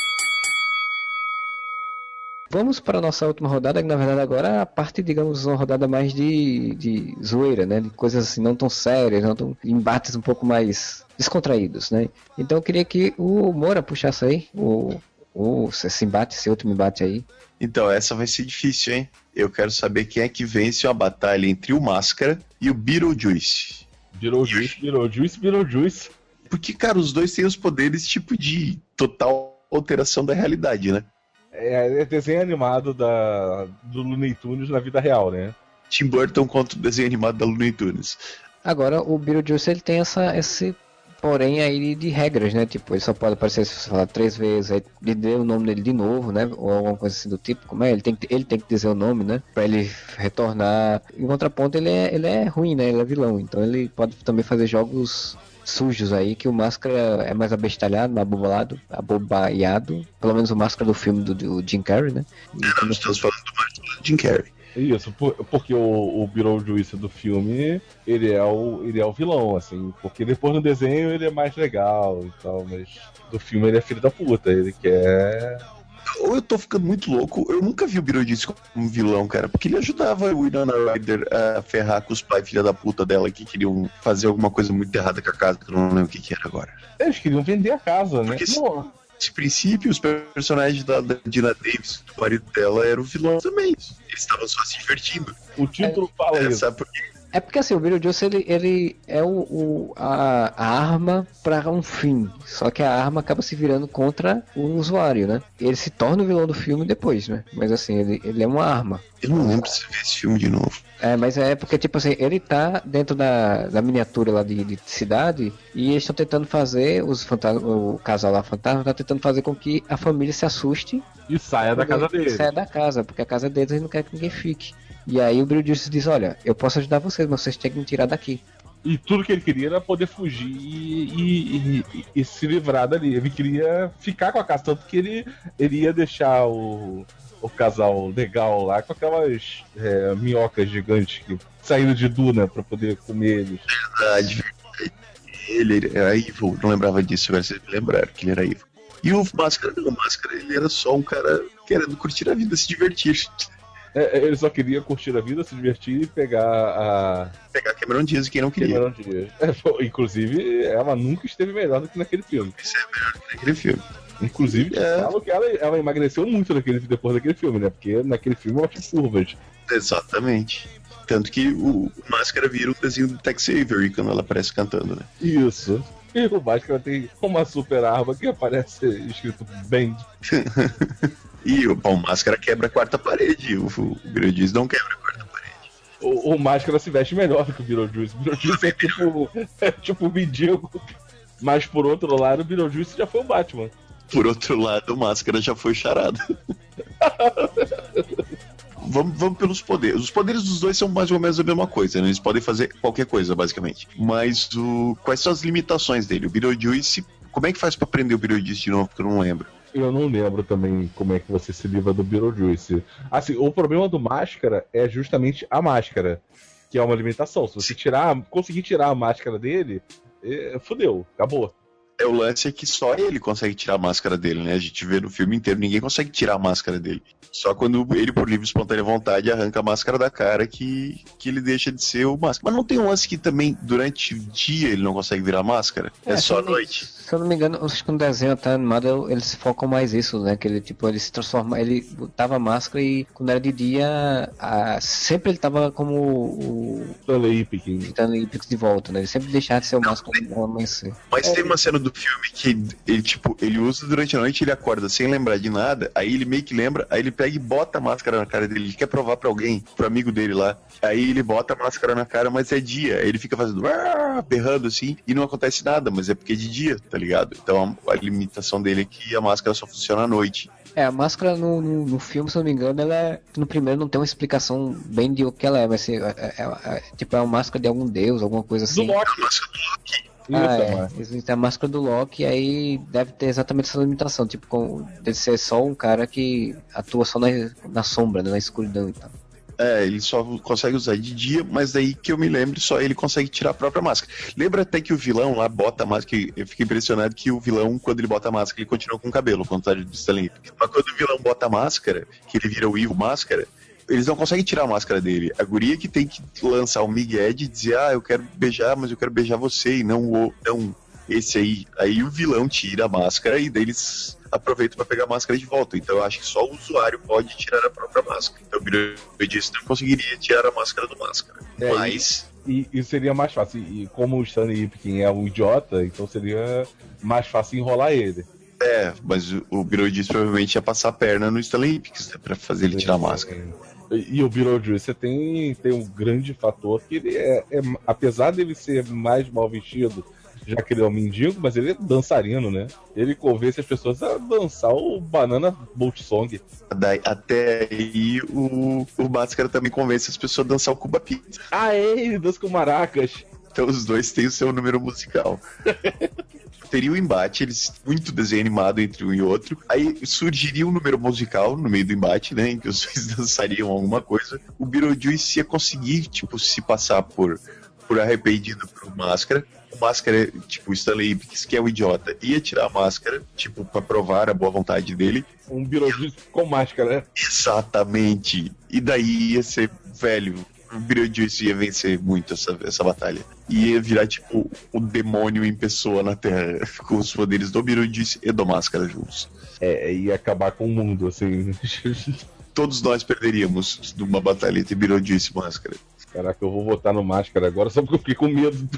Vamos para a nossa última rodada, que na verdade agora é a parte, digamos, uma rodada mais de, de zoeira, né? De coisas assim não tão sérias, não tão embates um pouco mais descontraídos, né? Então eu queria que o Moura puxasse aí o, o, esse embate, esse último embate aí. Então, essa vai ser difícil, hein? Eu quero saber quem é que vence uma batalha entre o Máscara e o Beetlejuice. Beetlejuice, Beetlejuice, Beetlejuice. Porque, cara, os dois têm os poderes tipo de total alteração da realidade, né? É, é desenho animado da, do Looney Tunes na vida real, né? Tim Burton contra o desenho animado da Looney Tunes. Agora, o Beetlejuice, ele tem essa, esse porém aí de regras, né? Tipo, ele só pode aparecer se você falar três vezes, aí ele dê o nome dele de novo, né? Ou alguma coisa assim do tipo, como é? Ele tem que, ele tem que dizer o nome, né? Pra ele retornar. Em contraponto, ele é, ele é ruim, né? Ele é vilão, então ele pode também fazer jogos sujos aí, que o Máscara é mais abestalhado, mais abobolado, abobaiado, pelo menos o Máscara do filme do, do Jim Carrey, né? E é, nós estamos falando do Máscara do Jim Carrey. Isso, por, porque o, o Beetlejuice do filme, ele é o, ele é o vilão, assim, porque depois no desenho ele é mais legal e tal, mas do filme ele é filho da puta, ele quer... Ou eu tô ficando muito louco, eu nunca vi o Beetlejuice como vilão, cara, porque ele ajudava o Winona Ryder a ferrar com os pais filha da puta dela que queriam fazer alguma coisa muito errada com a casa, que eu não lembro o que que era agora. Eles queriam vender a casa, né? Porque nesse princípio, os personagens da, da Dina Davis, do marido dela, eram vilões também. Eles estavam só se divertindo. O título é, fala é, isso. Sabe por quê? É porque assim, o Beetlejuice ele, ele é o, o, a, a arma para um fim, só que a arma acaba se virando contra o usuário, né? Ele se torna o vilão do filme depois, né? Mas assim, ele, ele é uma arma. Eu não lembro se ver esse filme de novo. É, mas é porque, tipo assim, ele tá dentro da, da miniatura lá de, de cidade e eles estão tentando fazer, os fantasmas, o casal lá fantasma tá tentando fazer com que a família se assuste e saia da casa dele. Saia da casa, porque a casa deles eles não querem que ninguém fique. E aí o Beetlejuice diz, olha, eu posso ajudar vocês, mas vocês têm que me tirar daqui. E tudo que ele queria era poder fugir e, e, e, e se livrar dali. Ele queria ficar com a casa, tanto que ele, ele ia deixar o, o casal legal lá com aquelas é, minhocas gigantes que saíram de Duna pra poder comer eles. Verdade, verdade. Ele era evil, não lembrava disso, agora vocês me lembraram que ele era evil. E o Máscara não, o Máscara ele era só um cara querendo curtir a vida, se divertir. É, ele só queria curtir a vida, se divertir e pegar a... Pegar Cameron Diaz, quem não queria. Cameron Diaz. É, inclusive, ela nunca esteve melhor do que naquele filme. Isso é melhor do que naquele filme. Inclusive, é. falam que ela, ela emagreceu muito naquele, depois daquele filme, né? Porque naquele filme ela tinha curvas. Exatamente. Tanto que o Máscara vira um desenho do Tex Avery quando ela aparece cantando, né? Isso. E o Máscara tem uma super arma que aparece escrito Band. E o Pão Máscara quebra a quarta parede. O, o Beetlejuice não quebra a quarta parede. O, o Máscara se veste melhor do que o Beetlejuice. O Beetlejuice é tipo, é tipo um mendigo. Mas por outro lado, o Beetlejuice já foi o Batman. Por outro lado, o Máscara já foi charado. Vamos, vamos pelos poderes. Os poderes dos dois são mais ou menos a mesma coisa, né? Eles podem fazer qualquer coisa, basicamente. Mas o... quais são as limitações dele? O Beetlejuice... Como é que faz pra prender o Beetlejuice de novo? Porque eu não lembro. Eu não lembro também como é que você se livra do Beetlejuice. Assim, o problema do Máscara é justamente a máscara, que é uma limitação. Se você tirar, conseguir tirar a máscara dele, é, fudeu, acabou. É, o lance é que só ele consegue tirar a máscara dele, né? A gente vê no filme inteiro, ninguém consegue tirar a máscara dele. Só quando ele, por livre e espontânea vontade, arranca a máscara da cara que, que ele deixa de ser o máscara. Mas não tem um lance que também, durante o dia, ele não consegue virar máscara? É, é só à noite. Se eu não me engano, acho que no desenho até animado eles focam mais isso, né? Que ele, tipo, ele se transforma, ele botava máscara e quando era de dia, a, sempre ele tava como o Stanley Ipkiss. Stanley Ipkiss de volta, né? Ele sempre deixava de ser o máscara ao amanhecer. Mas é, tem uma cena do filme que ele, tipo, ele usa durante a noite, ele acorda sem lembrar de nada, aí ele meio que lembra, aí ele pega e bota a máscara na cara dele, ele quer provar pra alguém, pro amigo dele lá. Aí ele bota a máscara na cara, mas é dia. Aí ele fica fazendo berrando assim, e não acontece nada, mas é porque é de dia, tá ligado? Então a, a limitação dele é que a máscara só funciona à noite. É, a máscara no, no, no filme, se eu não me engano, ela é, no primeiro não tem uma explicação bem de o que ela é, mas assim, é, é, é, tipo, é uma máscara de algum deus, alguma coisa assim. Do Loki. A máscara do Loki. Ah, é. Existe a máscara do Loki, aí deve ter exatamente essa limitação, tipo, com, deve ser só um cara que atua só na, na sombra, né, na escuridão e tal. É, ele só consegue usar de dia, mas daí que eu me lembro, só ele consegue tirar a própria máscara. Lembra até que o vilão lá bota a máscara, eu fiquei impressionado que o vilão, quando ele bota a máscara, ele continua com o cabelo, ao contrário do Stanley. Mas quando o vilão bota a máscara, que ele vira o Evil Máscara, eles não conseguem tirar a máscara dele. A guria que tem que lançar o Miguel e dizer, ah, eu quero beijar, mas eu quero beijar você, e não o não esse aí. Aí o vilão tira a máscara e daí eles aproveitam para pegar a máscara de volta. Então eu acho que só o usuário pode tirar a própria máscara. Então o disse não conseguiria tirar a máscara do máscara. É, mas... E, e seria mais fácil. E como o Stanley Ipkiss é um idiota, então seria mais fácil enrolar ele. É, mas o, o Beetlejuice provavelmente ia passar a perna no Stanley Ipkiss, né, pra fazer ele tirar a máscara. E, e o Beetlejuice tem, tem um grande fator que ele é, é, apesar dele ser mais mal vestido, já que ele é um mendigo, mas ele é dançarino, né? Ele convence as pessoas a dançar o Banana Boat Song. Daí, até aí o, o Máscara também convence as pessoas a dançar o Cuba Pizza. Ah, é, ele dança com maracas. Então os dois têm o seu número musical. Teria um embate, eles muito desenho animado entre um e outro. Aí surgiria um número musical no meio do embate, né? Em que os dois dançariam alguma coisa. O Beetlejuice ia conseguir, tipo, se passar por, por arrependido pro Máscara. O Máscara, tipo, o Stanley Ipkiss, que é o idiota, ia tirar a máscara, tipo, pra provar a boa vontade dele. Um Beetlejuice com máscara, né? Exatamente. E daí ia ser, velho, o Beetlejuice ia vencer muito essa, essa batalha. Ia virar, tipo, o demônio em pessoa na Terra, com os poderes do Beetlejuice e do Máscara juntos. É, ia acabar com o mundo, assim. Todos nós perderíamos numa batalha entre Beetlejuice e Máscara. Caraca, eu vou votar no Máscara agora só porque eu fiquei com medo do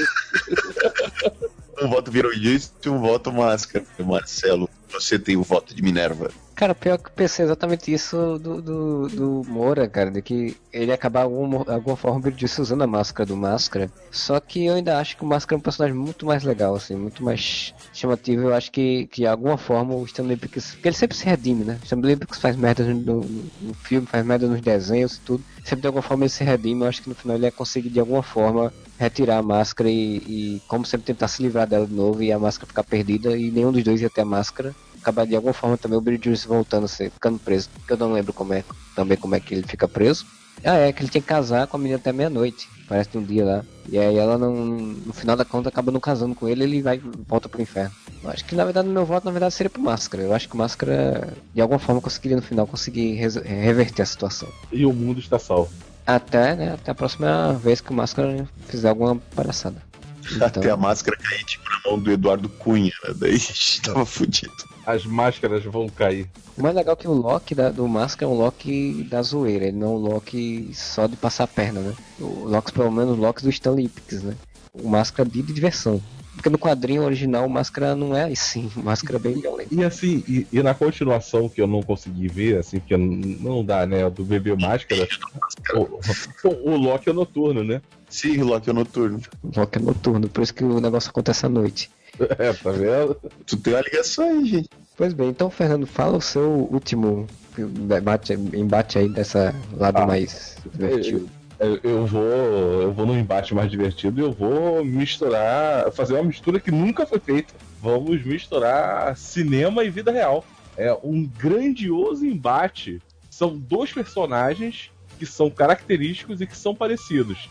Um voto Beetlejuice e um voto Máscara. Marcelo, você tem o voto de Minerva. Cara, pior que eu pensei exatamente isso do, do, do Moura, cara, de que ele ia acabar alguma, alguma forma Beetlejuice usando a máscara do Máscara. Só que eu ainda acho que o Máscara é um personagem muito mais legal, assim, muito mais chamativo. Eu acho que, que de alguma forma o Stanley Ipkiss, porque ele sempre se redime, né? O Stanley Ipkiss faz merda no, no, no filme, faz merda nos desenhos e tudo. Sempre de alguma forma ele se redime. Eu acho que no final ele ia conseguir de alguma forma retirar a máscara e, e como sempre tentar se livrar dela de novo e a máscara ficar perdida e nenhum dos dois ia ter a máscara. Acabar de alguma forma também o Beetlejuice voltando a ser, ficando preso, porque eu não lembro como é, também como é que ele fica preso. Ah, é, que ele tinha que casar com a menina até meia-noite, parece que um dia lá. E aí ela não, no final da conta, acaba não casando com ele, ele vai volta pro inferno. Eu acho que na verdade o meu voto na verdade seria pro Máscara. Eu acho que o Máscara de alguma forma conseguiria no final conseguir reverter a situação. E o mundo está salvo. Até, né, até a próxima vez que o Máscara fizer alguma palhaçada. Então... Até a máscara cair tipo na mão do Eduardo Cunha, né? Daí a gente tava fudido. As máscaras vão cair. O mais legal é que o Loki da, do Máscara é um Loki da zoeira, ele não é um Loki só de passar a perna, né? O Loki, pelo menos, o Loki do Stanley Ipkiss, né? O Máscara de diversão. Porque no quadrinho original o Máscara não é assim, o Máscara é bem violento. E assim, e, e na continuação que eu não consegui ver, assim, porque não dá, né? Do Bebê Máscara, o, o, o Loki é noturno, né? Sim, o Loki é noturno. O Loki é noturno, por isso que o negócio acontece à noite. É, tá vendo? Tu tem uma ligação aí, gente. Pois bem, então, Fernando, fala o seu último embate, embate aí dessa lado ah, mais divertido. Eu, eu vou eu vou num embate mais divertido e eu vou misturar, fazer uma mistura que nunca foi feita. Vamos misturar cinema e vida real. É um grandioso embate. São dois personagens que são característicos e que são parecidos.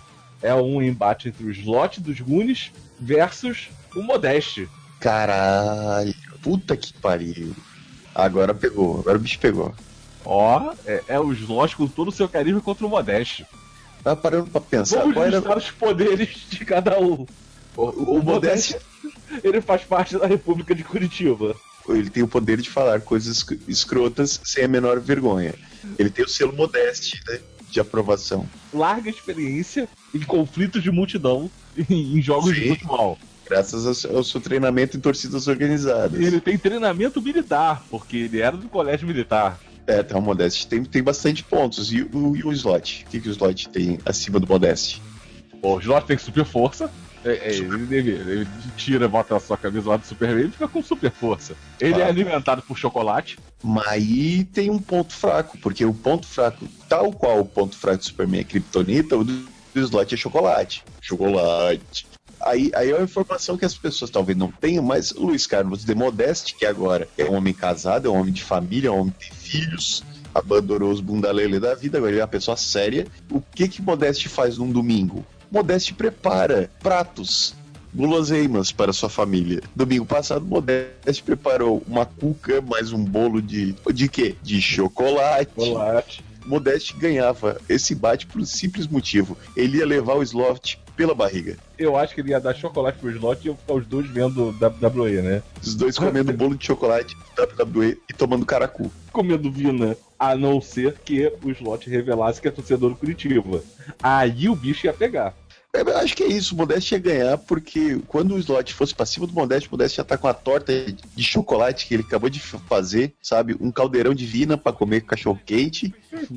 é um embate entre o Slot dos Goonies versus o Modeste. Caralho, puta que pariu. Agora pegou, agora o bicho pegou. Ó, é, é o Slot com todo o seu carisma contra o Modeste. Tava parando pra pensar. Vamos qual listar era... os poderes de cada um. O, o, o Modeste, ele faz parte da República de Curitiba. Ele tem o poder de falar coisas escrotas sem a menor vergonha. Ele tem o selo Modeste, né, de aprovação. Larga experiência em conflitos de multidão em, em jogos Sim. de futebol. Graças ao seu treinamento em torcidas organizadas. Ele tem treinamento militar, porque ele era do colégio militar. É, tá, o Modeste tem, tem bastante pontos. E o, e o Slot? O que, que o Slot tem acima do Modeste? O Slot tem super força. É, é, ele, ele, ele tira, bota a sua camisa lá do Superman e fica com super força. Ele Claro. é alimentado por chocolate. Mas aí tem um ponto fraco, porque o ponto fraco, tal qual o ponto fraco do Superman é Kryptonita, o do, do Slot é chocolate. Chocolate. Aí, aí é uma informação que as pessoas talvez não tenham, mas o Luiz Carlos de Modeste, que agora é um homem casado, é um homem de família, é um homem que tem filhos, abandonou os bundalele da vida, agora ele é uma pessoa séria. O que que Modeste faz num domingo? Modeste prepara pratos, guloseimas para sua família. Domingo passado, Modeste preparou uma cuca, mais um bolo de... De quê? De chocolate. Chocolate. Modeste ganhava esse bate por um simples motivo. Ele ia levar o Slot pela barriga. Eu acho que ele ia dar chocolate pro Slot e iam ficar os dois vendo W W E, né? Os dois comendo bolo de chocolate, W W E e tomando caracu. Comendo vina, a não ser que o Slot revelasse que é torcedor do Curitiba. Aí o bicho ia pegar. Eu acho que é isso, o Modeste ia ganhar, porque quando o Slot fosse pra cima do Modeste, o Modeste já tá com a torta de chocolate que ele acabou de fazer, sabe? Um caldeirão de vina pra comer com cachorro quente.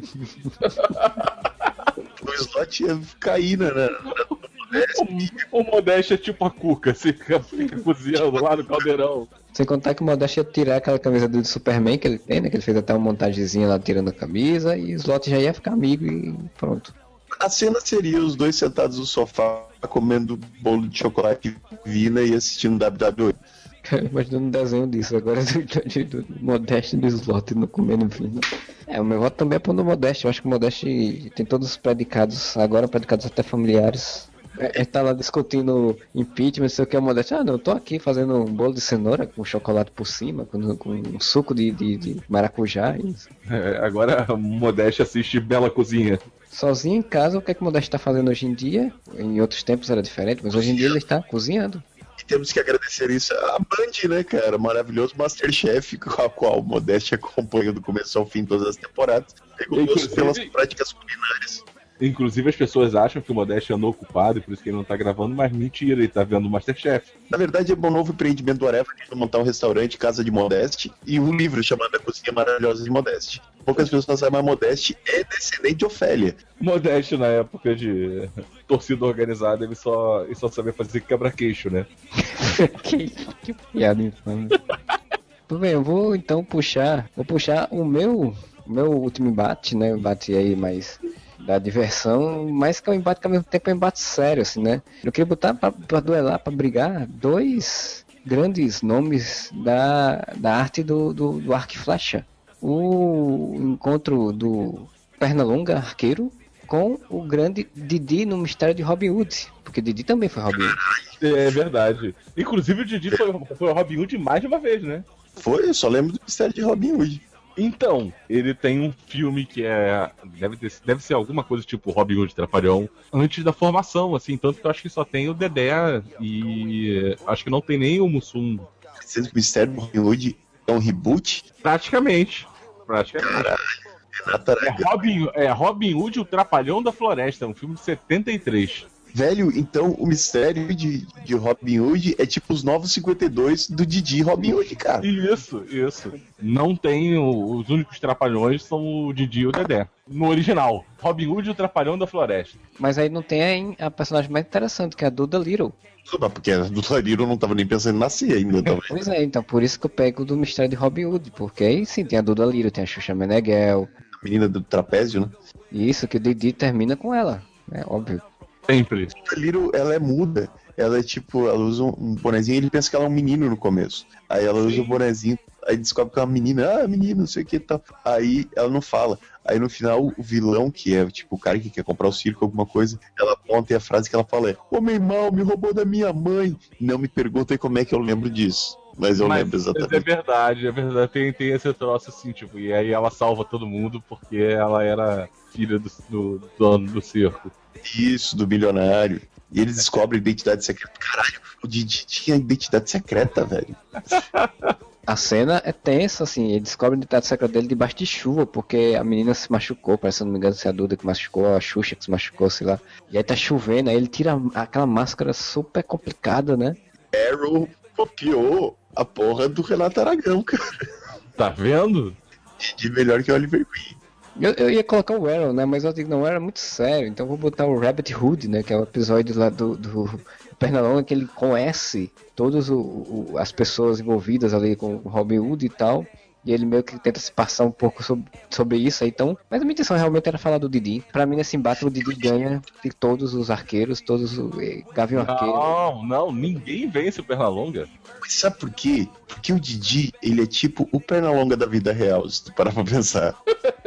O Slot ia cair na, na, na O, o Modeste é tipo a cuca, fica, fica cozinhando lá no caldeirão. Sem contar que o Modeste ia tirar aquela camisa do Superman que ele tem, né? Que ele fez até uma montagenzinha lá tirando a camisa e o Slot já ia ficar amigo e pronto. A cena seria os dois sentados no sofá comendo bolo de chocolate vina e assistindo W W E. Imaginando um desenho disso agora do, do, do Modeste e do Slot não comendo vinho. É, o meu voto também é pro do Modeste. Eu acho que o Modeste tem todos os predicados, agora predicados até familiares. Ele tá lá discutindo impeachment, sei o que é o Modeste. Ah, não, eu tô aqui fazendo um bolo de cenoura com chocolate por cima, com, com um suco de, de, de maracujá. E... É, agora o Modeste assiste Bela Cozinha. Sozinho em casa, o que é que o Modeste tá fazendo hoje em dia? Em outros tempos era diferente, mas hoje em dia ele está cozinhando. E temos que agradecer isso à Band, né, cara? Maravilhoso Masterchef, com a qual o Modeste acompanha do começo ao fim todas as temporadas. Pegou gosto pelas práticas culinárias. Inclusive as pessoas acham que o Modeste andou ocupado e por isso que ele não tá gravando, mas mentira, ele tá vendo o Masterchef. Na verdade é um novo empreendimento do Areva, de montar um restaurante, Casa de Modeste, e um livro chamado A Cozinha Maravilhosa de Modeste. Poucas pessoas sabem, mas Modeste é descendente de Ofélia. Modeste, na época de torcida organizada, ele só, ele só sabia fazer quebra-queixo, né? que, que piada infame. Tudo bem, eu vou então puxar, vou puxar o meu, o meu último embate, né? O embate aí mais da diversão, mas que é um embate que ao mesmo tempo é um embate sério, assim, né? Eu queria botar pra, pra duelar, pra brigar, dois grandes nomes da, da arte do, do, do arco e flecha. O encontro do Pernalonga, arqueiro, com o grande Didi no Mistério de Robin Hood, porque Didi também foi Robin Hood. É verdade. Inclusive o Didi foi, foi o Robin Hood mais de uma vez, né? Foi, eu só lembro do Mistério de Robin Hood. Então, ele tem um filme que é. Deve, ter, deve ser alguma coisa tipo Robin Hood Trapalhão, antes da formação, assim, tanto que eu acho que só tem o Dedé e acho que não tem nem o Mussum. Sendo que o Mistério de Robin Hood é um reboot? Praticamente. Praticamente. Caralho, Renata É Robin, é Robin Hood, o Trapalhão da Floresta, um filme de setenta e três. Velho, então o mistério de, de Robin Hood é tipo os novos cinquenta e dois do Didi Robin Hood, cara. Isso, isso. Não tem. O, os únicos trapalhões são o Didi e o Dedé. No original, Robin Hood e o Trapalhão da Floresta. Mas aí não tem a, a personagem mais interessante, que é a Duda Little. Porque a do Lariro eu não tava nem pensando em nascer ainda também. Pois é, então por isso que eu pego do Mistério de Robin Hood, porque aí sim tem a Duda Little, tem a Xuxa Meneghel. A menina do trapézio, né? Isso, que o Didi termina com ela, é óbvio. Sempre. A Little, ela é muda. Ela é tipo, ela usa um bonezinho e ele pensa que ela é um menino no começo. Aí ela usa o bonezinho, Aí descobre que é uma menina, ah, menina, não sei o que e tal. Aí ela não fala. Aí no final, o vilão, que é tipo o cara que quer comprar o circo, alguma coisa, ela aponta e a frase que ela fala é: homem mau, me roubou da minha mãe. Não me perguntem como é que eu lembro disso. Mas eu Mas, lembro exatamente. Mas é verdade, é verdade. Tem, tem esse troço assim, tipo, e aí ela salva todo mundo porque ela era filha do, do dono do circo. Isso, do bilionário. E eles descobrem a identidade secreta. Caralho, o Didi tinha identidade secreta, velho. A cena é tensa, assim, ele descobre a identidade secreta dele debaixo de chuva, porque a menina se machucou, parece, se não me engano, se é a Duda que machucou, a Xuxa que se machucou, sei lá. E aí tá chovendo, aí ele tira aquela máscara super complicada, né? Arrow copiou a porra do Renato Aragão, cara. Tá vendo? Didi melhor que o Oliver Queen. Eu, eu ia colocar o Arrow, né, mas eu digo, não, o Arrow é muito sério, então eu vou botar o Rabbit Hood, né, que é o episódio lá do... do... Pernalonga, que ele conhece todas as pessoas envolvidas ali com o Robin Hood e tal, e ele meio que tenta se passar um pouco sobre, sobre isso aí, então, mas a minha intenção realmente era falar do Didi. Pra mim, nesse embate, o Didi ganha de todos os arqueiros, todos os eh, Gavião Arqueiro. Não, não, ninguém vence o Pernalonga. Mas sabe por quê? Porque o Didi, ele é tipo o Pernalonga da vida real, se tu parar pra pensar.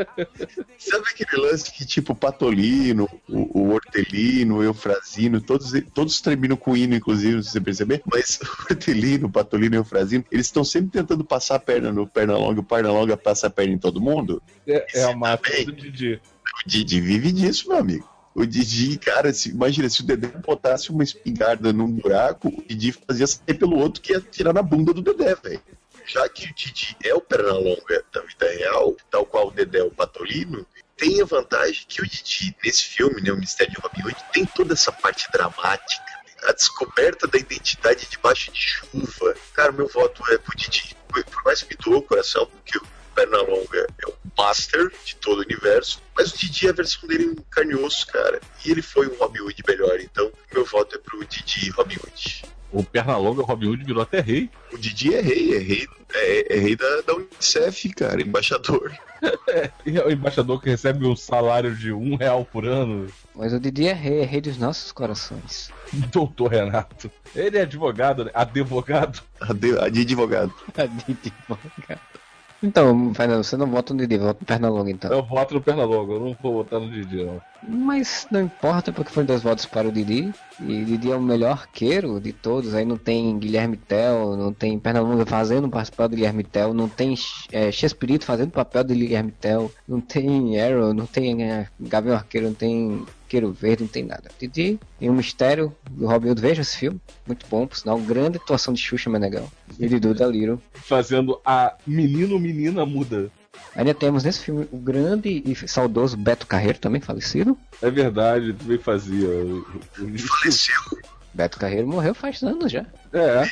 Sabe aquele lance que tipo o Patolino, o, o Hortelino, o Eufrazino, todos, todos terminam com hino, inclusive, não sei se você perceber, mas o Hortelino, o Patolino e o Eufrazino, eles estão sempre tentando passar a perna no Pernalonga, o Pernalonga passa a perna em todo mundo. É, é a massa também. do Didi. O Didi vive disso, meu amigo. O Didi, cara, se, imagina, se o Dedé botasse uma espingarda num buraco, o Didi fazia sair pelo outro que ia tirar na bunda do Dedé, velho. Já que o Didi é o Pernalonga da vida real, tal qual o Dedé é o Patolino, tem a vantagem que o Didi, nesse filme, né, o Mistério de Robin Hood, tem toda essa parte dramática, a descoberta da identidade debaixo de chuva. Cara, meu voto é pro Didi. Por mais que me doa o coração, porque o Pernalonga é o master de todo o universo, mas o Didi é a versão dele em carne e osso, cara. E ele foi um Robin Hood melhor, então meu voto é pro Didi Robin Hood. O Pernalonga, o Robin Hood, virou até rei. O Didi é rei, é rei, é, é rei da, da Unicef, cara, embaixador. É, e é o embaixador que recebe um salário de um real por ano. Mas o Didi é rei, é rei dos nossos corações. Doutor Renato. Ele é advogado, né? Advogado. Ade- Advogado. A Didi, cara. Então, Fernando, você não vota no Didi, vota no Pernalonga, então. Eu voto no Pernalonga, eu não vou votar no Didi, não. Mas não importa, porque foram dois votos para o Didi. E o Didi é o melhor arqueiro de todos. Aí não tem Guilherme Tell, não tem Pernalonga fazendo o papel do Guilherme Tell, não tem é, Chespirito fazendo o papel do Guilherme Tell, não tem Arrow, não tem é, Gavião Arqueiro, não tem Arqueiro Verde, não tem nada. Didi tem um mistério do Robin Hood. Veja esse filme, muito bom, por sinal, grande atuação de Xuxa Meneghel e de Duda Little. Fazendo a menino menina muda. Ainda temos nesse filme o grande e saudoso Beto Carreiro, também falecido. É verdade, ele também fazia. o- o- Faleceu. Beto Carreiro morreu faz anos já. É,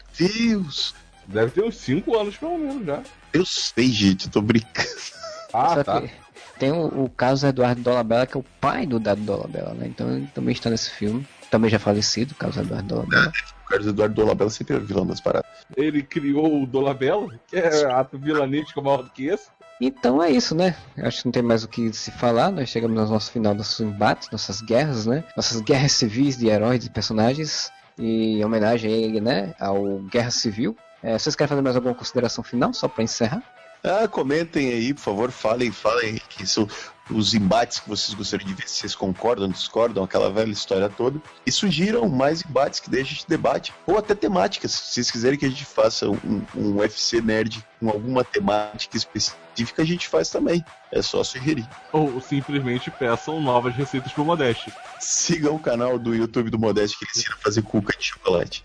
Deus. deve ter uns cinco anos pelo menos já. Eu sei, gente, eu tô brincando. Ah, Só tá. que tem o, o caso Eduardo Dolabella, que é o pai do Dado Dolabella, né? Então ele também está nesse filme. Também já falecido, o caso Eduardo Dolabella. O Carlos Eduardo Dolabella sempre é o vilão das paradas. Ele criou o Dolabella, que é ato vilanístico maior do que esse. Então é isso, né? Acho que não tem mais o que se falar. Nós chegamos no nosso final, nossos embates, nossas guerras, né? Nossas guerras civis de heróis e personagens. E em homenagem aí, né, ao Guerra Civil. É, vocês querem fazer mais alguma consideração final, só para encerrar? Ah, comentem aí, por favor, falem, falem que são os embates que vocês gostariam de ver, se vocês concordam, discordam, aquela velha história toda. E sugiram mais embates que daí a gente debate, ou até temáticas. Se vocês quiserem que a gente faça um, um U F C nerd com alguma temática específica, a gente faz também. É só sugerir. Ou simplesmente peçam novas receitas pro Modeste. Sigam o canal do YouTube do Modeste, que ele ensina a fazer cuca de chocolate.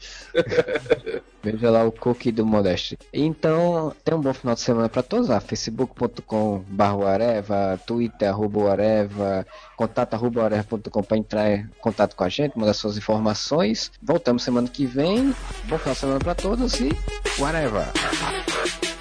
Veja lá o cookie do Modeste. Então, tenha um bom final de semana para todos. facebook ponto com barra areva, Twitter, arroba areva, contato arroba areva ponto com para entrar em contato com a gente, mandar suas informações. Voltamos semana que vem. Bom final de semana para todos e whatever.